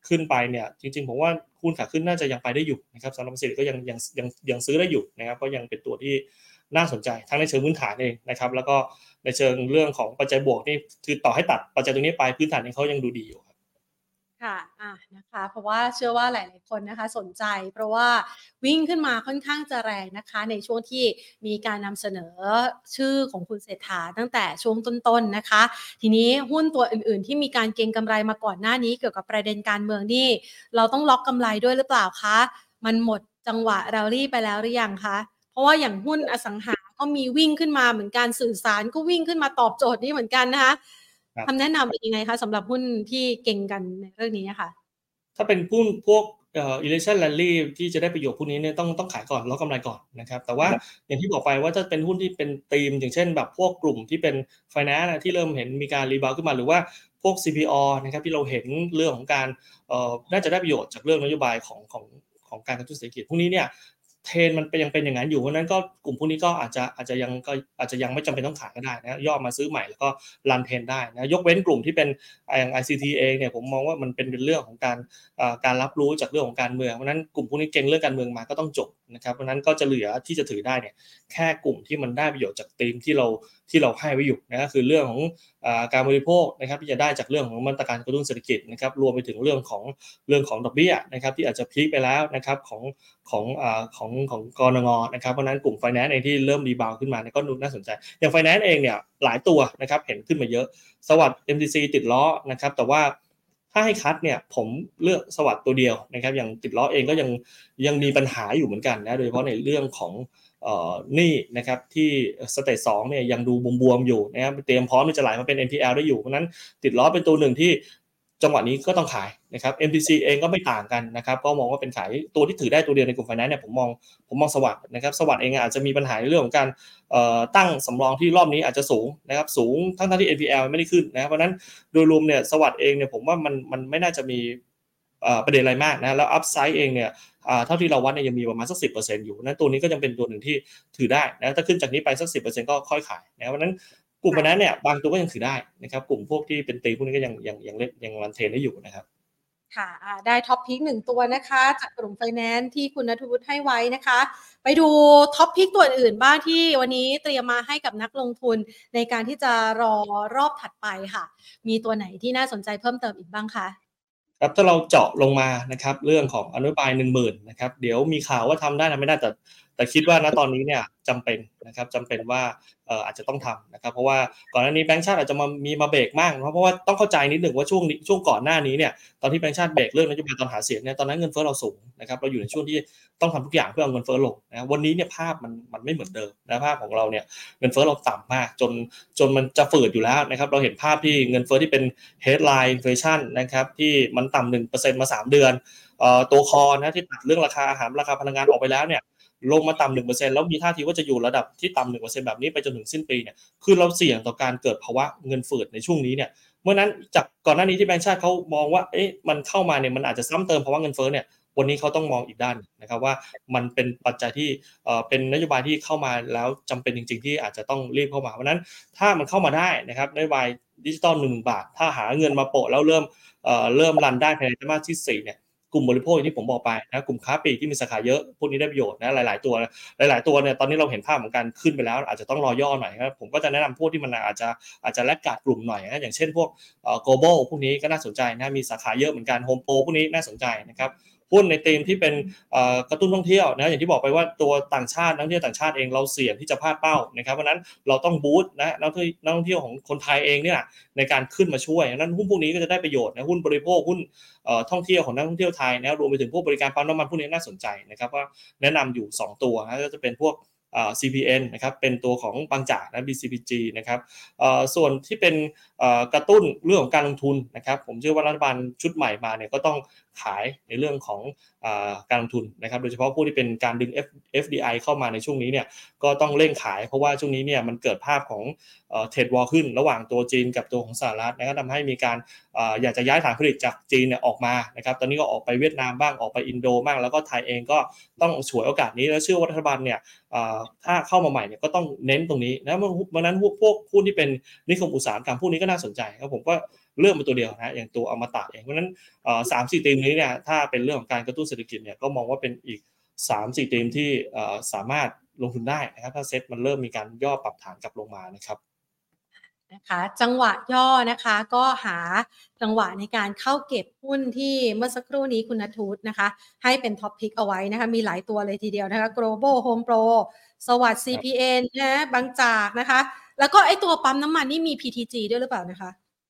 ขึ้นไปเนี่ยจริงๆผมว่าหุ้นขาขึ้นน่าจะยังไปได้อยู่นะครับสำหรับสิริก็ยังซื้อได้อยู่นะครับก็ยังเป็นตัวที่น่าสนใจทั้งในเชิงพื้นฐานเองนะครับแล้วก็ในเชิงเรื่องของปัจจัยบวกนี่คือต่อให้ตัดปัจจัยตรงนี้ไปพื้นฐานเองเขายังดูดีอยู่ค่ะนะคะเพราะว่าเชื่อว่าหลายๆคนนะคะสนใจเพราะว่าวิ่งขึ้นมาค่อนข้างจะแรงนะคะในช่วงที่มีการนำเสนอชื่อของคุณเศรษฐาตั้งแต่ช่วงต้นๆนะคะทีนี้หุ้นตัวอื่นๆที่มีการเก็งกำไรมาก่อนหน้านี้เกี่ยวกับประเด็นการเมืองนี่เราต้องล็อกกำไรด้วยหรือเปล่าคะมันหมดจังหวะแรลลี่ไปแล้วหรือยังคะเพราะว่าอย่างหุ้นอสังหาก็มีวิ่งขึ้นมาเหมือนกันสื่อสารก็วิ่งขึ้นมาตอบโจทย์นี้เหมือนกันนะคะครับคำแนะนำเป็นยังไงคะสำหรับหุ้นที่เก่งกันในเรื่องนี้ค่ะถ้าเป็นหุ้นพวกelection rally ที่จะได้ประโยชน์พวกนี้เนี่ยต้องขายก่อนล็อกกำไรก่อนนะครับแต่ว่าอย่างที่บอกไปว่าถ้าเป็นหุ้นที่เป็นธีมอย่างเช่นแบบพวกกลุ่มที่เป็น finance ที่เริ่มเห็นมีการรีบาวขึ้นมาหรือว่าพวก CPO นะครับที่เราเห็นเรื่องของการน่าจะได้ประโยชน์จากเรื่องนโยบายของการกระตุ้นเศรษฐกิจพวกนี้เนี่ยเทรนมันเป็นยังเป็นอย่างนั้นอยู่เพราะนั้นก็กลุ่มพวกนี้ก็อาจจะยังไม่จำเป็นต้องขายก็ได้นะย่อมาซื้อใหม่แล้วก็รันเทรนได้นะยกเว้นกลุ่มที่เป็นอย่าง ICT เองเนี่ยผมมองว่ามันเป็นเรื่องของการรับรู้จากเรื่องของการเมืองเพราะนั้นกลุ่มพวกนี้เก่งเรื่องการเมืองมาก็ต้องจบนะครับเพราะนั้นก็จะเหลือที่จะถือได้เนี่ยแค่กลุ่มที่มันได้ประโยชน์จากธีมที่เราให้ไว้อยู่นะก็คือเรื่องของการบริโภคนะครับที่จะได้จากเรื่องของมาตรการกระตุ้นเศรษฐกิจนะครับรวมไปถึงเรื่องของดอกเบี้ยนะครับที่อาจจะพีคไปแล้วนะครับของกนงนะครับเพราะนั้นกลุ่ม finance เองที่เริ่มรีบาวขึ้นมาเนี่ยก็น่าสนใจอย่าง finance เองเนี่ยหลายตัวนะครับเห็นขึ้นมาเยอะสวัสด์ MTC ติดล้อนะครับแต่ว่าถ้าให้คัดเนี่ยผมเลือกสวัสด์ตัวเดียวนะครับอย่างติดล้อเองก็ยังมีปัญหาอยู่เหมือนกันนะโดยเฉพาะในเรื่องของหนี้นะครับที่สเตจ2เนี่ยยังดูบวมๆอยู่นะครับเตรียมพร้อมที่จะไหลมาเป็น NPL ได้อยู่เพราะนั้นติดล้อเป็นตัวหนึ่งที่จังหวะนี้ก็ต้องขายนะครับ MTC เองก็ไม่ต่างกันนะครับก็มองว่าเป็นขายตัวที่ถือได้ตัวเดียวในกลุ่ม Finance เนี่ยผมมองสวัสด์นะครับสวัสด์เองอาจจะมีปัญหาในเรื่องของการตั้งสำรองที่รอบนี้อาจจะสูงนะครับสูงทั้งที่ NPL ไม่ได้ขึ้นนะเพราะนั้นโดยรวมเนี่ยสวัสด์เองเนี่ยผมว่ามันไม่น่าจะมีประเด็นอะไรมากนะแล้วอัพไซด์เองเนี่ยเท่าที่เราวัดเนี่ยยังมีประมาณสัก 10% อยู่นั้นตัวนี้ก็ยังเป็นตัวหนึ่งที่ถือได้นะถ้าขึ้นจากนี้ไปสัก 10% ก็ค่อยขายนะเพราะนั้นกลุ่มนั้นเนี่ยบางตัวก็ยังถือได้นะครับกลุ่มพวกที่เป็นตีพวกนี้ก็ยังเล่นยังรันเทรนได้อยู่นะครับค่ะได้ท็อปพิก1ตัวนะคะจากกลุ่มไฟแนนซ์ที่คุณณัฐวุฒิให้ไว้นะคะไปดูท็อปพิกตัวอื่นบ้างที่วันนี้เตรียมมาให้กับนักลงทุนในการที่จะรอรอบถัดไปค่ะมีตัวไหนที่น่าสนใจเพิ่มเติมอีกบ้างคะครับถ้าเราเจาะลงมานะครับเรื่องของนโยบาย 10,000 นะครับเดี๋ยวมีข่าวว่าทำได้ทำไม่ได้แต่คิดว่าณตอนนี้เนี่ยจำเป็นนะครับจำเป็นว่าอาจจะต้องทำนะครับเพราะว่าก่อนหน้านี้แบงก์ชาติอาจจะมาเบรกบ้างเพราะว่าต้องเข้าใจนิดหนึ่งว่าช่วงก่อนหน้านี้เนี่ยตอนที่แบงก์ชาติเบรกเรื่องนโยบายตอนหาเสียงเนี่ยตอนนั้นเงินเฟ้อเราสูงนะครับเราอยู่ในช่วงที่ต้องทำทุกอย่างเพื่อเอาเงินเฟ้อลงนะวันนี้เนี่ยภาพมันไม่เหมือนเดิมนะภาพของเราเนี่ยเงินเฟ้อเราต่ำมากจนมันจะฝืดอยู่แล้วนะครับเราเห็นภาพที่เงินเฟ้อที่เป็น headline inflation นะครับที่มันต่ำ 1% มา3เดือนตัวคอนะที่ตัดเรื่องราคาอาหารราคาพลังงานออกไปแล้วเนี่ยลงมาต่ำ 1% แล้วมีท่าทีว่าจะอยู่ระดับที่ต่ำ 1% แบบนี้ไปจนถึงสิ้นปีเนี่ยคือเราเสี่ยงต่อการเกิดภาวะเงินฝืดในช่วงนี้เนี่ยเมื่อนั้นจากก่อนหน้านี้ที่แบงก์ชาติเขามองว่ามันเข้ามาเนี่ยมันอาจจะซ้ำเติมภาวะเงินเฟ้อเนี่ยวันนี้เขาต้องมองอีกด้านนะครับว่ามันเป็นปัจจัยที่เป็นนโยบายที่เข้ามาแล้วจำเป็นจริงๆที่อาจจะต้องรีบเข้ามาเพราะนั้นถ้ามันเข้ามาได้นะครับนโยบายดิจิตอล1 บาทถ้าหาเงินมาโปะแล้วเริ่มรันได้ภายในไตรมาสที่4เนี่ยกลุ่มบริโภคที่ผมบอกไปนะกลุ่มค้าปลีกที่มีสาขาเยอะพวกนี้ได้ประโยชน์นะหลายๆตัวเนี่ยตอนนี้เราเห็นภาพของการขึ้นไปแล้วอาจจะต้องรอย่อหน่อยครับผมก็จะแนะนำพวกที่มันอาจจะแลกขาดกลุ่มหน่อยนะอย่างเช่นพวกglobal พวกนี้ก็น่าสนใจนะมีสาขาเยอะเหมือนกัน Home Pro พวกนี้น่าสนใจนะครับหุ้นในธีมที่เป็นกระตุ้นท่องเที่ยวนะอย่างที่บอกไปว่าตัวต่างชาตินักท่องเที่ยวต่างชาติเองเราเสี่ยงที่จะพลาดเป้านะครับเพราะนั้นเราต้องบูสต์นะนักท่องเที่ยวของคนไทยเองเนี่ยในการขึ้นมาช่วยนั้นหุ้นพวกนี้ก็จะได้ประโยชน์นะหุ้นบริโภคหุ้นท่องเที่ยวของนักท่องเที่ยวไทยนะรวมไปถึงพวกบริการปั๊มน้ำมันพวกนี้น่าสนใจนะครับว่าแนะนำอยู่2ตัวนะก็จะเป็นพวกCPN นะครับเป็นตัวของบางจากนะ BCPG นะครับส่วนที่เป็นกระตุ้นเรื่องของการลงทุนนะครับผมเชื่อว่ารัฐบาลชุดใหม่มาเนี่ยก็ต้องขายในเรื่องของการลงทุนนะครับโดยเฉพาะผู้ที่เป็นการดึง FDI เข้ามาในช่วงนี้เนี่ยก็ต้องเร่งขายเพราะว่าช่วงนี้เนี่ยมันเกิดภาพของเทรดวอร์ขึ้นระหว่างตัวจีนกับตัวของสหรัฐนะครับทำให้มีการอยากจะย้ายฐานผลิตจากจีนเนี่ยออกมานะครับตอนนี้ก็ออกไปเวียดนามบ้างออกไปอินโดบ้างแล้วก็ไทยเองก็ต้องฉวยโอกาสนี้แล้วเชื่อว่ารัฐบาลเนี่ยถ้าเข้ามาใหม่เนี่ยก็ต้องเน้นตรงนี้นะเพราะนั้นพวกหุ้นที่เป็นนิคมอุตสาหกรรมพวกนี้ก็น่าสนใจครับผมก็เลือกเป็นตัวเดียวนะอย่างตัวอมตะเองเพราะฉะนั้น3-4 ธีมนี้เนี่ยถ้าเป็นเรื่องของการกระตุ้นเศรษฐกิจเนี่ยก็มองว่าเป็นอีก 3-4 ธีมที่สามารถลงทุนได้นะครับถ้าเซ็ตมันเริ่มมีการย่อปรับฐานกลับลงมานะครับนะคะจังหวะย่อนะคะก็หาจังหวะในการเข้าเก็บหุ้นที่เมื่อสักครู่นี้คุณณัฐวุฒินะคะให้เป็นท็อปพิกเอาไว้นะคะมีหลายตัวเลยทีเดียวนะคะ Global Home Pro สวัสดิ์ CPN นะบางจากนะคะแล้วก็ไอตัวปั๊มน้ำมันนี่มี PTG ด้วยหรือเปล่านะคะ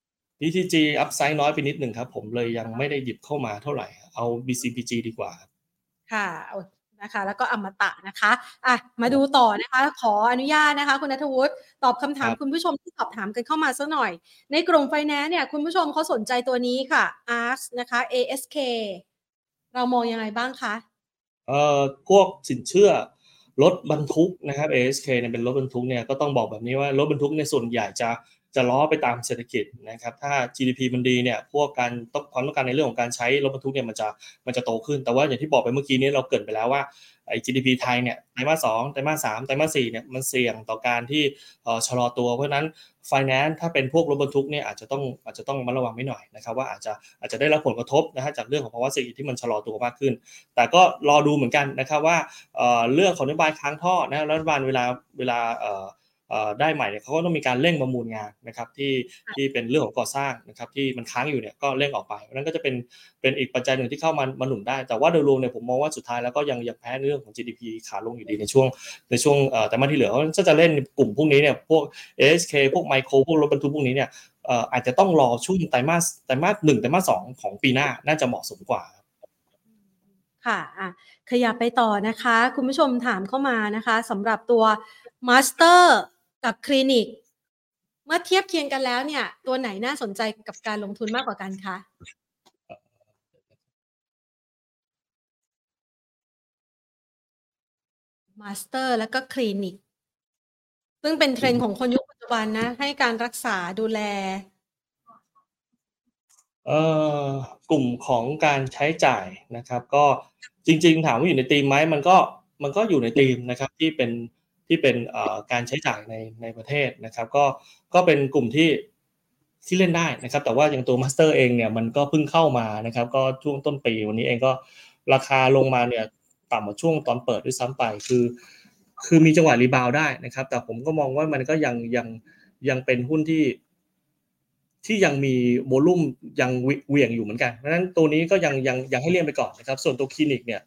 PTG อัพไซด์น้อยไปนิดหนึ่งครับผมเลยยังไม่ได้หยิบเข้ามาเท่าไหร่เอา BCPG ดีกว่าค่ะนะคะแล้วก็อมตะนะคะมาดูต่อนะคะขออนุญาตนะคะคุณณัฐวุฒิตอบคำถามคุณผู้ชมที่สอบถามกันเข้ามาสักหน่อยในกลุ่มไฟแนนซ์เนี่ยคุณผู้ชมเขาสนใจตัวนี้ค่ะ ARS นะคะ ASK เรามองยังไงบ้างคะพวกสินเชื่อรถบรรทุกนะครับ ASK เนี่ยเป็นรถบรรทุกเนี่ยก็ต้องบอกแบบนี้ว่ารถบรรทุกในส่วนใหญ่จะล้อไปตามเศรษฐกิจนะครับถ้า GDP มันดีเนี่ยพวกความต้องการในเรื่องของการใช้รถบรรทุกเนี่ยมันจะโตขึ้นแต่ว่าอย่างที่บอกไปเมื่อกี้นี้เราเกริ่นไปแล้วว่าไอ้ GDP ไทยเนี่ยไตรมาส2ไตรมาส3ไตรมาส4เนี่ยมันเสี่ยงต่อการที่ชะลอตัวเพราะฉะนั้น Finance ถ้าเป็นพวกรถบรรทุกเนี่ยอาจจะต้องระมัดระวังไว้หน่อยนะครับว่าอาจจะได้รับผลกระทบนะฮะจากเรื่องของภาวะเศรษฐกิจที่มันชะลอตัวมากขึ้นแต่ก็รอดูเหมือนกันนะครับว่าเรื่องของนโยบายค้างท่อนะรัฐบาลเวลาได้ใหม่เนี่ยเขาก็ต้องมีการเร่งประมูลงานนะครับที่เป็นเรื่องของก่อสร้างนะครับที่มันค้างอยู่เนี่ยก็เร่งออกไปเพราะนั้นก็จะเป็นอีกปัจจัยหนึ่งที่เข้ามาหนุนได้แต่ว่าโดยรวมเนี่ยผมมองว่าสุดท้ายแล้วก็ยังแพ้เรื่องของ GDP ขาลงอยู่ดีในช่วงแต่มาที่เหลือถ้าจะเล่นกลุ่มพวกนี้เนี่ยพวก ASK พวกไมโครพวกรถบรรทุกพวกนี้เนี่ยอาจจะต้องรอช่วงไตรมาส1ไตรมาส2ของปีหน้าน่าจะเหมาะสมกว่าค่ะขยับไปต่อนะคะคุณผู้ชมถามเข้ามานะคะสำหรับตัว Master กับคลินิกเมื่อเทียบเคียงกันแล้วเนี่ยตัวไหนน่าสนใจกับการลงทุนมากกว่ากันคะมาสเตอร์แล้วก็คลินิกซึ่งเป็นเทรนด์ของคนยุคปัจจุบันนะให้การรักษาดูแลกลุ่มของการใช้จ่ายนะครับก็จริงๆถามว่าอยู่ในธีมไหมมันก็อยู่ในธีมนะครับที่เป็นการใช้จ่ายในประเทศนะครับก็เป็นกลุ่มที่เล่นได้นะครับแต่ว่าอย่างตัว Master เองเนี่ยมันก็เพิ่งเข้ามานะครับก็ช่วงต้นปีวันนี้เองก็ราคาลงมาเนี่ยต่ำกว่าช่วงตอนเปิดด้วยซ้ำไปคือมีจังหวะรีบาวได้นะครับแต่ผมก็มองว่ามันก็ยังเป็นหุ้นที่ยังมีโวลุ่มยังเหวี่ยงอยู่เหมือนกันเพราะฉะนั้นตัวนี้ก็ยังให้เลี่ยงไปก่อนนะครับส่วนตัวคลินิกเนี่ย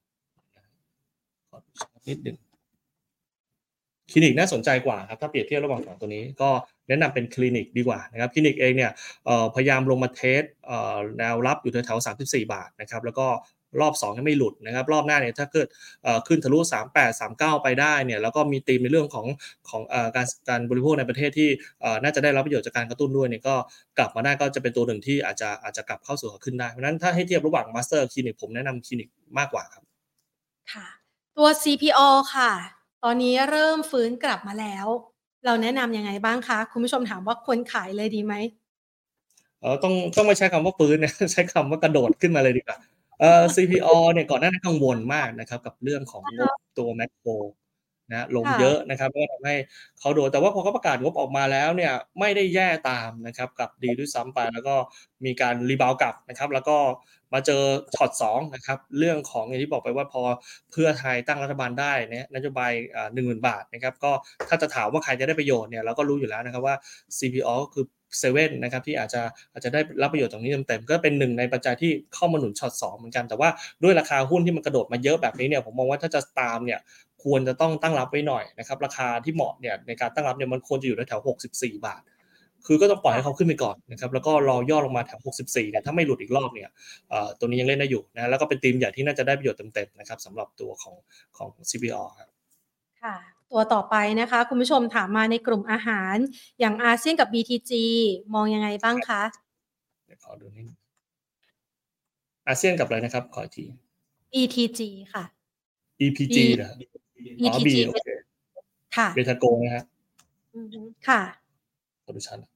นิดนึงคลินิกน่าสนใจกว่าครับถ้าเปรียบเทียบระหว่าง2ตัวนี้ก็แนะนำเป็นคลินิกดีกว่านะครับคลินิกเองเนี่ยพยายามลงมาเทสแนวรับอยู่แถวๆ34 บาทนะครับแล้วก็รอบ2ยังไม่หลุดนะครับรอบหน้าเนี่ยถ้าเกิดขึ้นทะลุ38 39ไปได้เนี่ยแล้วก็มีธีมในเรื่องของการบริโภคในประเทศที่น่าจะได้รับประโยชน์จากการกระตุ้นด้วยเนี่ยก็กลับมาได้ก็จะเป็นตัวหนึ่งที่อาจจะกลับเข้าสู่ขาขึ้นได้เพราะฉะนั้นถ้าให้เทียบระหว่างมาสเตอร์คลินิกผมแนะนำคลินิกมากกว่าครับค่ะตัว CPO ค่ะตอนนี้เริ่มฟื้นกลับมาแล้วเราแนะนำยังไงบ้างคะคุณผู้ชมถามว่าควรขายเลยดีไหมต้องไม่ใช้คำว่าฟื้นนะใช้คำว่ากระโดดขึ้นมาเลยดีกว่าCPO เนี่ยก่อนหน้านั้นกังวลมากนะครับกับเรื่องของงบตัวแมคโครนะลงเยอะนะครับก็ทำให้เขาโดนแต่ว่าพอเขาประกาศงบออกมาแล้วเนี่ยไม่ได้แย่ตามนะครับกับดีด้วยซ้ำไปแล้วก็มีการรีบาวกลับนะครับแล้วก็มาเจอช็อต2นะครับเรื่องของอย่างที่บอกไปว่าพอเพื่อไทยตั้งรัฐบาลได้เนี่ยนโยบาย10,000 บาทนะครับก็ถ้าจะถามว่าใครจะได้ประโยชน์เนี่ยเราก็รู้อยู่แล้วนะครับว่า CPO ก็คือเซเว่นนะครับที่อาจจะได้รับประโยชน์ตรงนี้เต็มๆก็เป็นหนึ่งในปัจจัยที่เข้ามาหนุนช็อต2เหมือนกันแต่ว่าด้วยราคาหุ้นที่มันกระโดดมาเยอะแบบนี้เนี่ยผมมองว่าถ้าจะตามเนี่ยควรจะต้องตั้งรับไว้หน่อยนะครับราคาที่เหมาะเนี่ยในการตั้งรับเนี่ยมันควรจะอยู่แถว64 บาทคือก็ต้องปล่อยให้เขาขึ้นไปก่อนนะครับแล้วก็รอย่อลงมาแถว64เนี่ยถ้าไม่หลุดอีกรอบเนี่ยตัวนี้ยังเล่นได้อยู่นะแล้วก็เป็นธีมใหญ่ที่น่าจะได้ประโยชน์เต็มๆนะครับสำหรับตัวของ CPO ครับค่ะตัวต่อไปนะคะคุณผู้ชมถามมาในกลุ่มอาหารอย่างอาเซียนกับ BTG มองยังไงบ้างคะเดี๋ยวขอดูนิดอาเซียนกับอะไรนะครับขออีกที BTG ค่ะ EPG เหรออ๋อ B BTG โอเคค่ะเบทาโกนะฮะค่ะโซลูชัน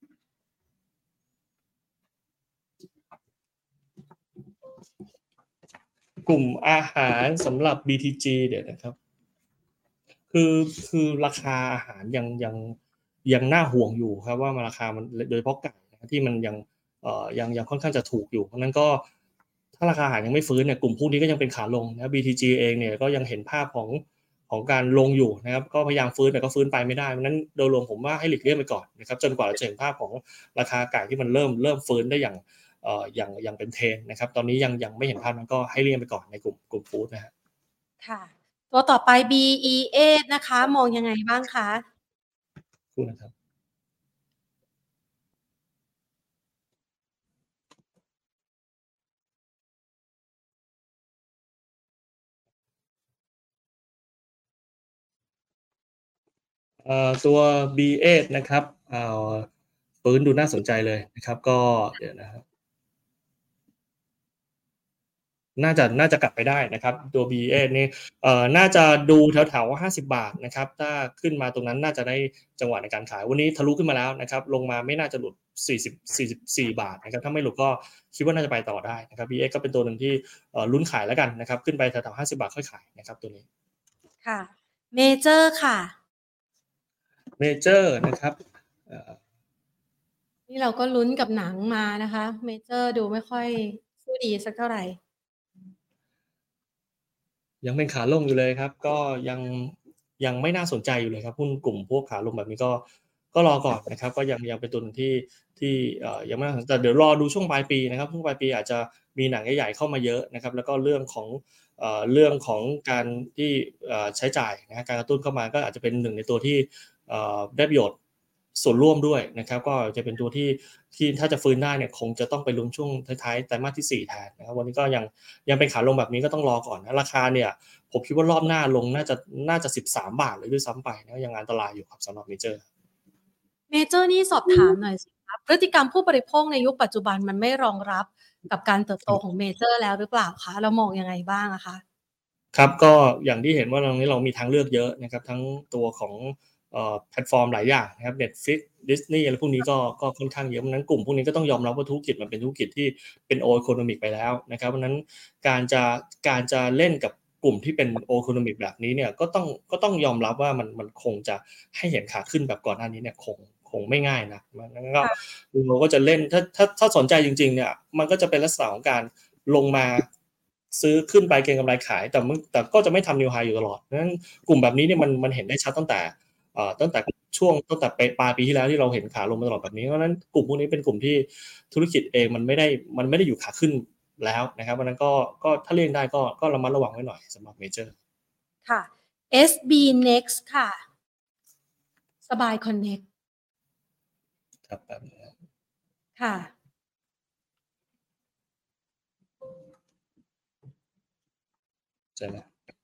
กลุ่มอาหารสำหรับ BTG เดี๋ยวนะครับคือราคาอาหารยังน่าห่วงอยู่ครับว่าราคามันโดยเฉพาะไก่ที่มันยังค่อนข้างจะถูกอยู่เพราะนั้นก็ถ้าราคาอาหารยังไม่ฟื้นเนี่ยกลุ่มพวกนี้ก็ยังเป็นขาลงนะ BTG เองเนี่ยก็ยังเห็นภาพของการลงอยู่นะครับก็พยายามฟื้นแต่ก็ฟื้นไปไม่ได้เพราะนั้นโดยรวมผมว่าให้หลีกเลี่ยงไปก่อนนะครับจนกว่าเราจะเห็นภาพของราคาอากาศที่มันเริ่มฟื้นได้อย่างเป็นเทรนด์นะครับตอนนี้ยังไม่เห็นภาพนั้นก็ให้เลี่ยงไปก่อนในกลุ่มฟู้ดนะฮะค่ะตัวต่อไป BEA นะคะมองยังไงบ้างคะฟู้ดนะครับตัว B8 นะครับฟื้นดูน่าสนใจเลยนะครับก็เดี๋ยวนะครับน่าจะกลับไปได้นะครับตัว B8 นี่น่าจะดูแถวๆ50บาทนะครับถ้าขึ้นมาตรงนั้นน่าจะได้จังหวะในการขายวันนี้ทะลุขึ้นมาแล้วนะครับลงมาไม่น่าจะหลุด44บาทนะครับถ้าไม่หลุดก็คิดว่าน่าจะไปต่อได้นะครับ B8 ก็เป็นตัวหนึ่งที่ลุ้นขายแล้วกันนะครับขึ้นไปแถวๆ50บาทค่อยขายนะครับตัวนี้ค่ะเมเจอร์ค่ะเมเจอร์นะครับนี่เราก็ลุ้นกับหนังมานะคะเมเจอร์ดูไม่ค่อยสู้ดีสักเท่าไหร่ยังเป็นขาลงอยู่เลยครับก็ยังไม่น่าสนใจอยู่เลยครับหุ้นกลุ่มพวกขาลงแบบนี้ก็รอก่อนนะครับก็ยังเป็นตัวนึงที่ยังไม่น่าสนใจแต่เดี๋ยวรอดูช่วงปลายปีนะครับช่วงปลายปีอาจจะมีหนังใหญ่ๆเข้ามาเยอะนะครับแล้วก็เรื่องของการที่ใช้จ่ายนะการกระตุ้นเข้ามาก็อาจจะเป็นหนึ่งในตัวที่ได้ประโยชน์ส่วนร่วมด้วยนะครับก็จะเป็นตัวที่ถ้าจะฟื้นได้เนี่ยคงจะต้องไปลุ้นช่วงท้ายๆไตรมาสที่4แทนนะครับวันนี้ก็ยังเป็นขาลงแบบนี้ก็ต้องรอก่อนนะราคาเนี่ยผมคิดว่ารอบหน้าลงน่าจะ13บาทเลยด้วยซ้ำไปนะยังอันตรายอยู่ครับสำหรับเมเจอร์นี่สอบถามหน่อยสิครับพฤติกรรมผู้บริโภคในยุคปัจจุบันมันไม่รองรับกับการเติบโตของเมเจอร์แล้วหรือเปล่าคะเรามองยังไงบ้างอะคะครับก็อย่างที่เห็นว่าตรงนี้เรามีทางเลือกเยอะนะครับทั้งตัวของแพลตฟอร์มหลายอย่างนะครับ Netflix Disney อะไรพวกนี้ก็ค่อนข้างเยอะเพราะฉะนั้นกลุ่มพวกนี้ก็ต้องยอมรับว่าธุรกิจมันเป็นธุรกิจที่เป็น Old Economic ไปแล้วนะครับเพราะฉะนั้นการจะเล่นกับกลุ่มที่เป็น Old Economic แบบนี้เนี่ยก็ต้องยอมรับว่ามันคงจะให้เห็นขาขึ้นแบบก่อนหน้านี้เนี่ยคงไม่ง่ายนักนั้นก็เราก็จะเล่นถ้าสนใจจริงๆเนี่ยมันก็จะเป็นลักษณะของการลงมาซื้อขึ้นไปเก็งกำไรขายแต่ก็จะไม่ทำนิวไฮอยู่ตลอดนั้นกลุ่มแบบนี้เนี่ยมันเห็นได้ชัดตั้งแต่ตั้งแต่ปลายปีที่แล้วที่เราเห็นขาลงมาตลอดแบบนี้เพราะฉะนั้นกลุ่มพวกนี้เป็นกลุ่มที่ธุรกิจเองมันไม่ได้อยู่ขาขึ้นแล้วนะครับเพราะฉะนั้นก็ถ้าเลี่ยงได้ก็ระมัดระวังไว้หน่อยสำหรับเมเจอร์ค่ะ SB Next ค่ะสบาย Connect ครับแบบนี้ค่ะใช่ไหม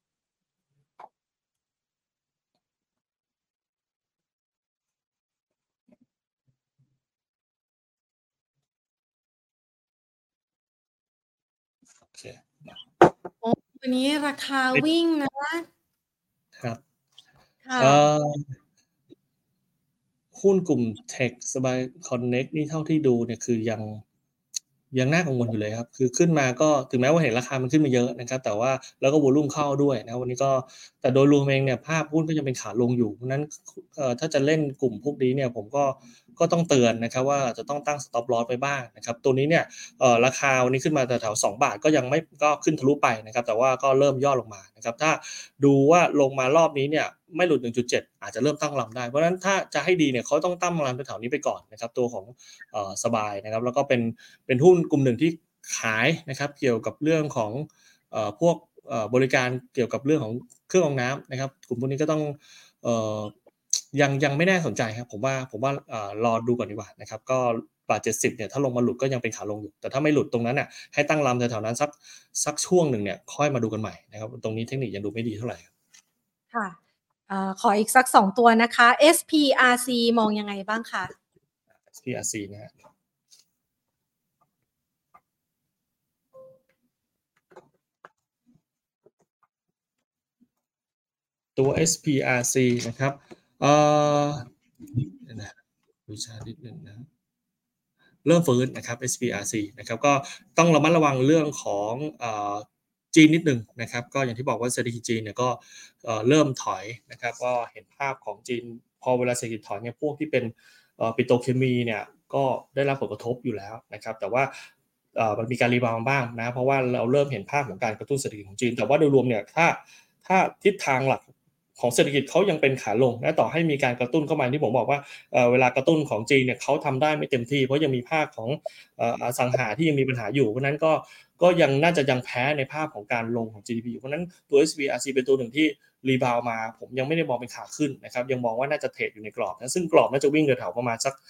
โอเคโอ้วันนี้ราคาวิ่งนะครับค่ะเอ่อหุ้นกลุ่มเทคสบายคอนเน็กนี่เท่าที่ดูเนี่ยคือยังน่ากังวลอยู่เลยครับคือขึ้นมาก็ถึงแม้ว่าเห็นราคามันขึ้นมาเยอะนะครับแต่ว่าแล้วก็วอลุ่มเข้าด้วยนะวันนี้ก็แต่โดยรวมเองเนี่ยภาพหุ้นก็ยังเป็นขาลงอยู่เพราะนั้นถ้าจะเล่นกลุ่มพวกนี้เนี่ยผมก็ต้องเตือนนะครับว่าจะต้องตั้ง stop loss ไว้บ้างนะครับตัวนี้เนี่ยราคาวันนี้ขึ้นมาแถวๆ2บาทก็ยังไม่ก็ขึ้นทะลุไปนะครับแต่ว่าก็เริ่มย่อลงมานะครับถ้าดูว่าลงมารอบนี้เนี่ยไม่หลุด 1.7 อาจจะเริ่มตั้งลำได้เพราะฉะนั้นถ้าจะให้ดีเนี่ยเขาต้องตั้งลำแถวๆนี้ไปก่อนนะครับตัวของสบายนะครับแล้วก็เป็นหุ้นกลุ่มหนึ่งที่ขายนะครับเกี่ยวกับเรื่องของพวกบริการเกี่ยวกับเรื่องของเครื่องกรองน้ำนะครับกลุ่มพวกนี้ก็ต้องเอ่อยังไม่แน่สนใจครับผมว่ารอดูก่อนดีกว่านะครับก็บาท70เนี่ยถ้าลงมาหลุดก็ยังเป็นขาลงอยู่แต่ถ้าไม่หลุดตรงนั้นน่ะให้ตั้งลำแถวๆนั้นสักช่วงหนึ่งเนี่ยค่อยมาดูกันใหม่นะครับตรงนี้เทคนิคยังดูไม่ดีเท่าไหร่ค่ะขออีกสัก2ตัวนะคะ SPRC มองยังไงบ้างคะ SPRC นะฮะตัว SPRC นะครับเอ่อนะดูชาร์ตนิดนึงนะ เริ่มฟื้นนะครับ SPRC นะครับก็ต้องระมัดระวังเรื่องของจีนนิดหนึ่งนะครับก็อย่างที่บอกว่าเศรษฐกิจจีนเนี่ยก็เริ่มถอยนะครับก็เห็นภาพของจีนพอเวลาเศรษฐกิจถอยเนี่ยพวกที่เป็นปิโตรเคมีเนี่ยก็ได้รับผลกระทบอยู่แล้วนะครับแต่ว่ามันมีการรีบาวด์บ้างนะเพราะว่าเราเริ่มเห็นภาพของการกระตุ้นเศรษฐกิจของจีนแต่ว่าโดยรวมเนี่ยถ้าทิศทางหลักของเศรษฐกิจเขายังเป็นขาลงนะต่อให้มีการกระตุ้นเข้ามาที่ผมบอกว่าเวลากระตุ้นของจีนเนี่ยเขาทำได้ไม่เต็มที่เพราะยังมีภาคของอสังหาที่ยังมีปัญหาอยู่เพราะนั้นก็ยังน่าจะยังแพ้ในภาพของการลงของ GDP อยู่เพราะนั้นตัว SVRC เป็นตัวหนึ่งที่รีบาวมาผมยังไม่ได้มองเป็นขาขึ้นนะครับยังมองว่าน่าจะเทรดอยู่ในกรอบนะซึ่งกรอบน่าจะวิ่งแถวๆประมาณสัก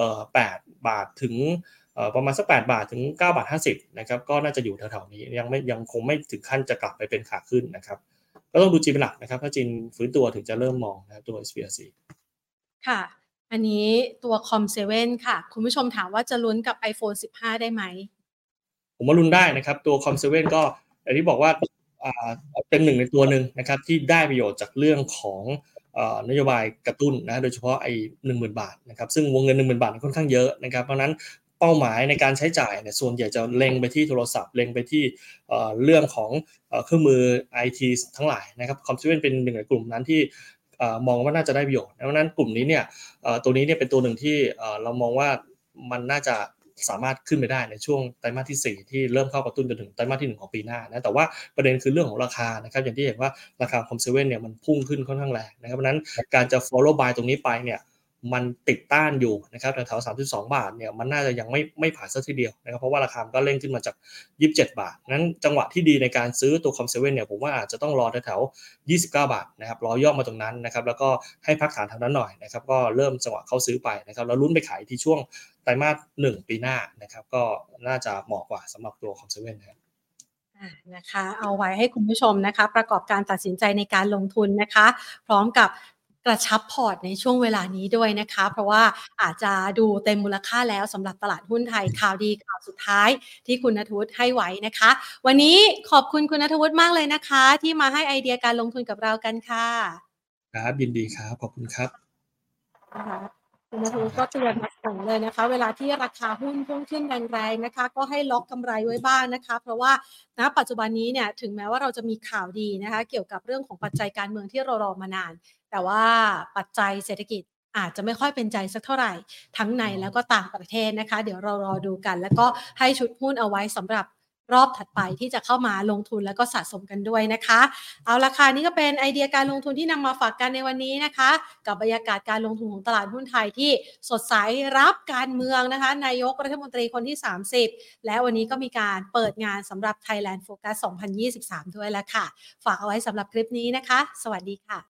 8 บาทถึงประมาณสัก8 บาทถึง9 บาท 50นะครับก็น่าจะอยู่แถวๆนี้ยังคงไม่ถึงขั้นจะกลับไปเป็นขาขึ้นนะครับก็ต้องดูจีนเป็นหลักนะครับถ้าจีนฟื้นตัวถึงจะเริ่มมองนะตัว SVRC ค่ะอันนี้ตัว Com7 ค่ะคุณผู้ชมถามว่าจะลุ้นกับ iPhone 15 ได้ไหมผมว่าลุ้นได้นะครับตัว Com7 ก็อย่างที่บอกว่าเป็นหนึ่งในตัวหนึ่งนะครับที่ได้ประโยชน์จากเรื่องของนโยบายกระตุ้นนะโดยเฉพาะไอ้ 10,000 บาทนะครับซึ่งวงเงิน 10,000 บาทค่อนข้างเยอะนะครับเพราะนั้นเป้าหมายในการใช้จ่ายเนี่ยส่วนใหญ่จะเล็งไปที่โทรศัพท์เล็งไปที่เรื่องของเครื่องมือ IT ทั้งหลายนะครับ Com7 เป็นหนึ่งในกลุ่มนั้นที่มองว่าน่าจะได้ประโยชน์เพราะนั้นกลุ่มนี้เนี่ยตัวนี้เนี่ยเป็นตัวหนึ่งที่เรามองว่ามันน่าจะสามารถขึ้นไปได้ในช่วงไตรมาสที่4ที่เริ่มเข้ากระตุ้นจนถึงไตรมาสที่1ของปีหน้านะแต่ว่าประเด็นคือเรื่องของราคานะครับอย่างที่เห็นว่าราคา Com7 เนี่ยมันพุ่งขึ้นค่อนข้างแรงนะครับเพราะนั้นการจะ follow buy ตรงนี้ไปเนี่ยมันติดต้านอยู่นะครับแถวๆ32 บาทเนี่ยมันน่าจะยังไม่ผ่านสักทีเดียวนะครับเพราะว่าราคาก็เร่งขึ้นมาจาก27 บาทนั้นจังหวะที่ดีในการซื้อตัว Com7 เนี่ยผมว่าอาจจะต้องรอแถวๆ29 บาทนะครับรอย่อมาตรงนั้นนะครับแล้วก็ให้พักฐานทางนั้นหน่อยนะครับก็เริ่มจังหวะเข้าซื้อไปนะครับแล้วลุ้นไปขายที่ช่วงไตรมาส1ปีหน้านะครับก็น่าจะเหมาะกว่าสำหรับตัว Com7 นะครับนะคะเอาไว้ให้คุณผู้ชมนะคะประกอบการตัดสินใจในการลงทุนนะคะพร้อมกับกระชับพอร์ตในช่วงเวลานี้ด้วยนะคะเพราะว่าอาจจะดูเต็มมูลค่าแล้วสำหรับตลาดหุ้นไทยข่าวดีข่าวสุดท้ายที่คุณณัฐวุฒิให้ไว้นะคะวันนี้ขอบคุณคุณณัฐวุฒิมากเลยนะคะที่มาให้ไอเดียการลงทุนกับเรากันค่ะครับยินดีครับขอบคุณครับนะคะคุณณัฐวุฒิก็เตือนมาเสมอเลยนะคะเวลาที่ราคาหุ้นพุ่งขึ้นแรงๆนะคะก็ให้ล็อกกำไรไว้บ้างนะคะเพราะว่าณปัจจุบันนี้เนี่ยถึงแม้ว่าเราจะมีข่าวดีนะคะเกี่ยวกับเรื่องของปัจจัยการเมืองที่เรารอมานานแต่ว่าปัจจัยเศรษฐกิจอาจจะไม่ค่อยเป็นใจสักเท่าไหร่ทั้งในแล้วก็ต่างประเทศนะคะเดี๋ยวเรารอดูกันแล้วก็ให้ชุดหุ้นเอาไว้สำหรับรอบถัดไปที่จะเข้ามาลงทุนแล้วก็สะสมกันด้วยนะคะเอาราคานี้ก็เป็นไอเดียการลงทุนที่นำมาฝากกันในวันนี้นะคะกับบรรยากาศการลงทุนของตลาดหุ้นไทยที่สดใสรับการเมืองนะคะนายกรัฐมนตรีคนที่30และวันนี้ก็มีการเปิดงานสำหรับ Thailand Focus 2023ด้วยแล้วค่ะฝากเอาไว้สำหรับคลิปนี้นะคะสวัสดีค่ะ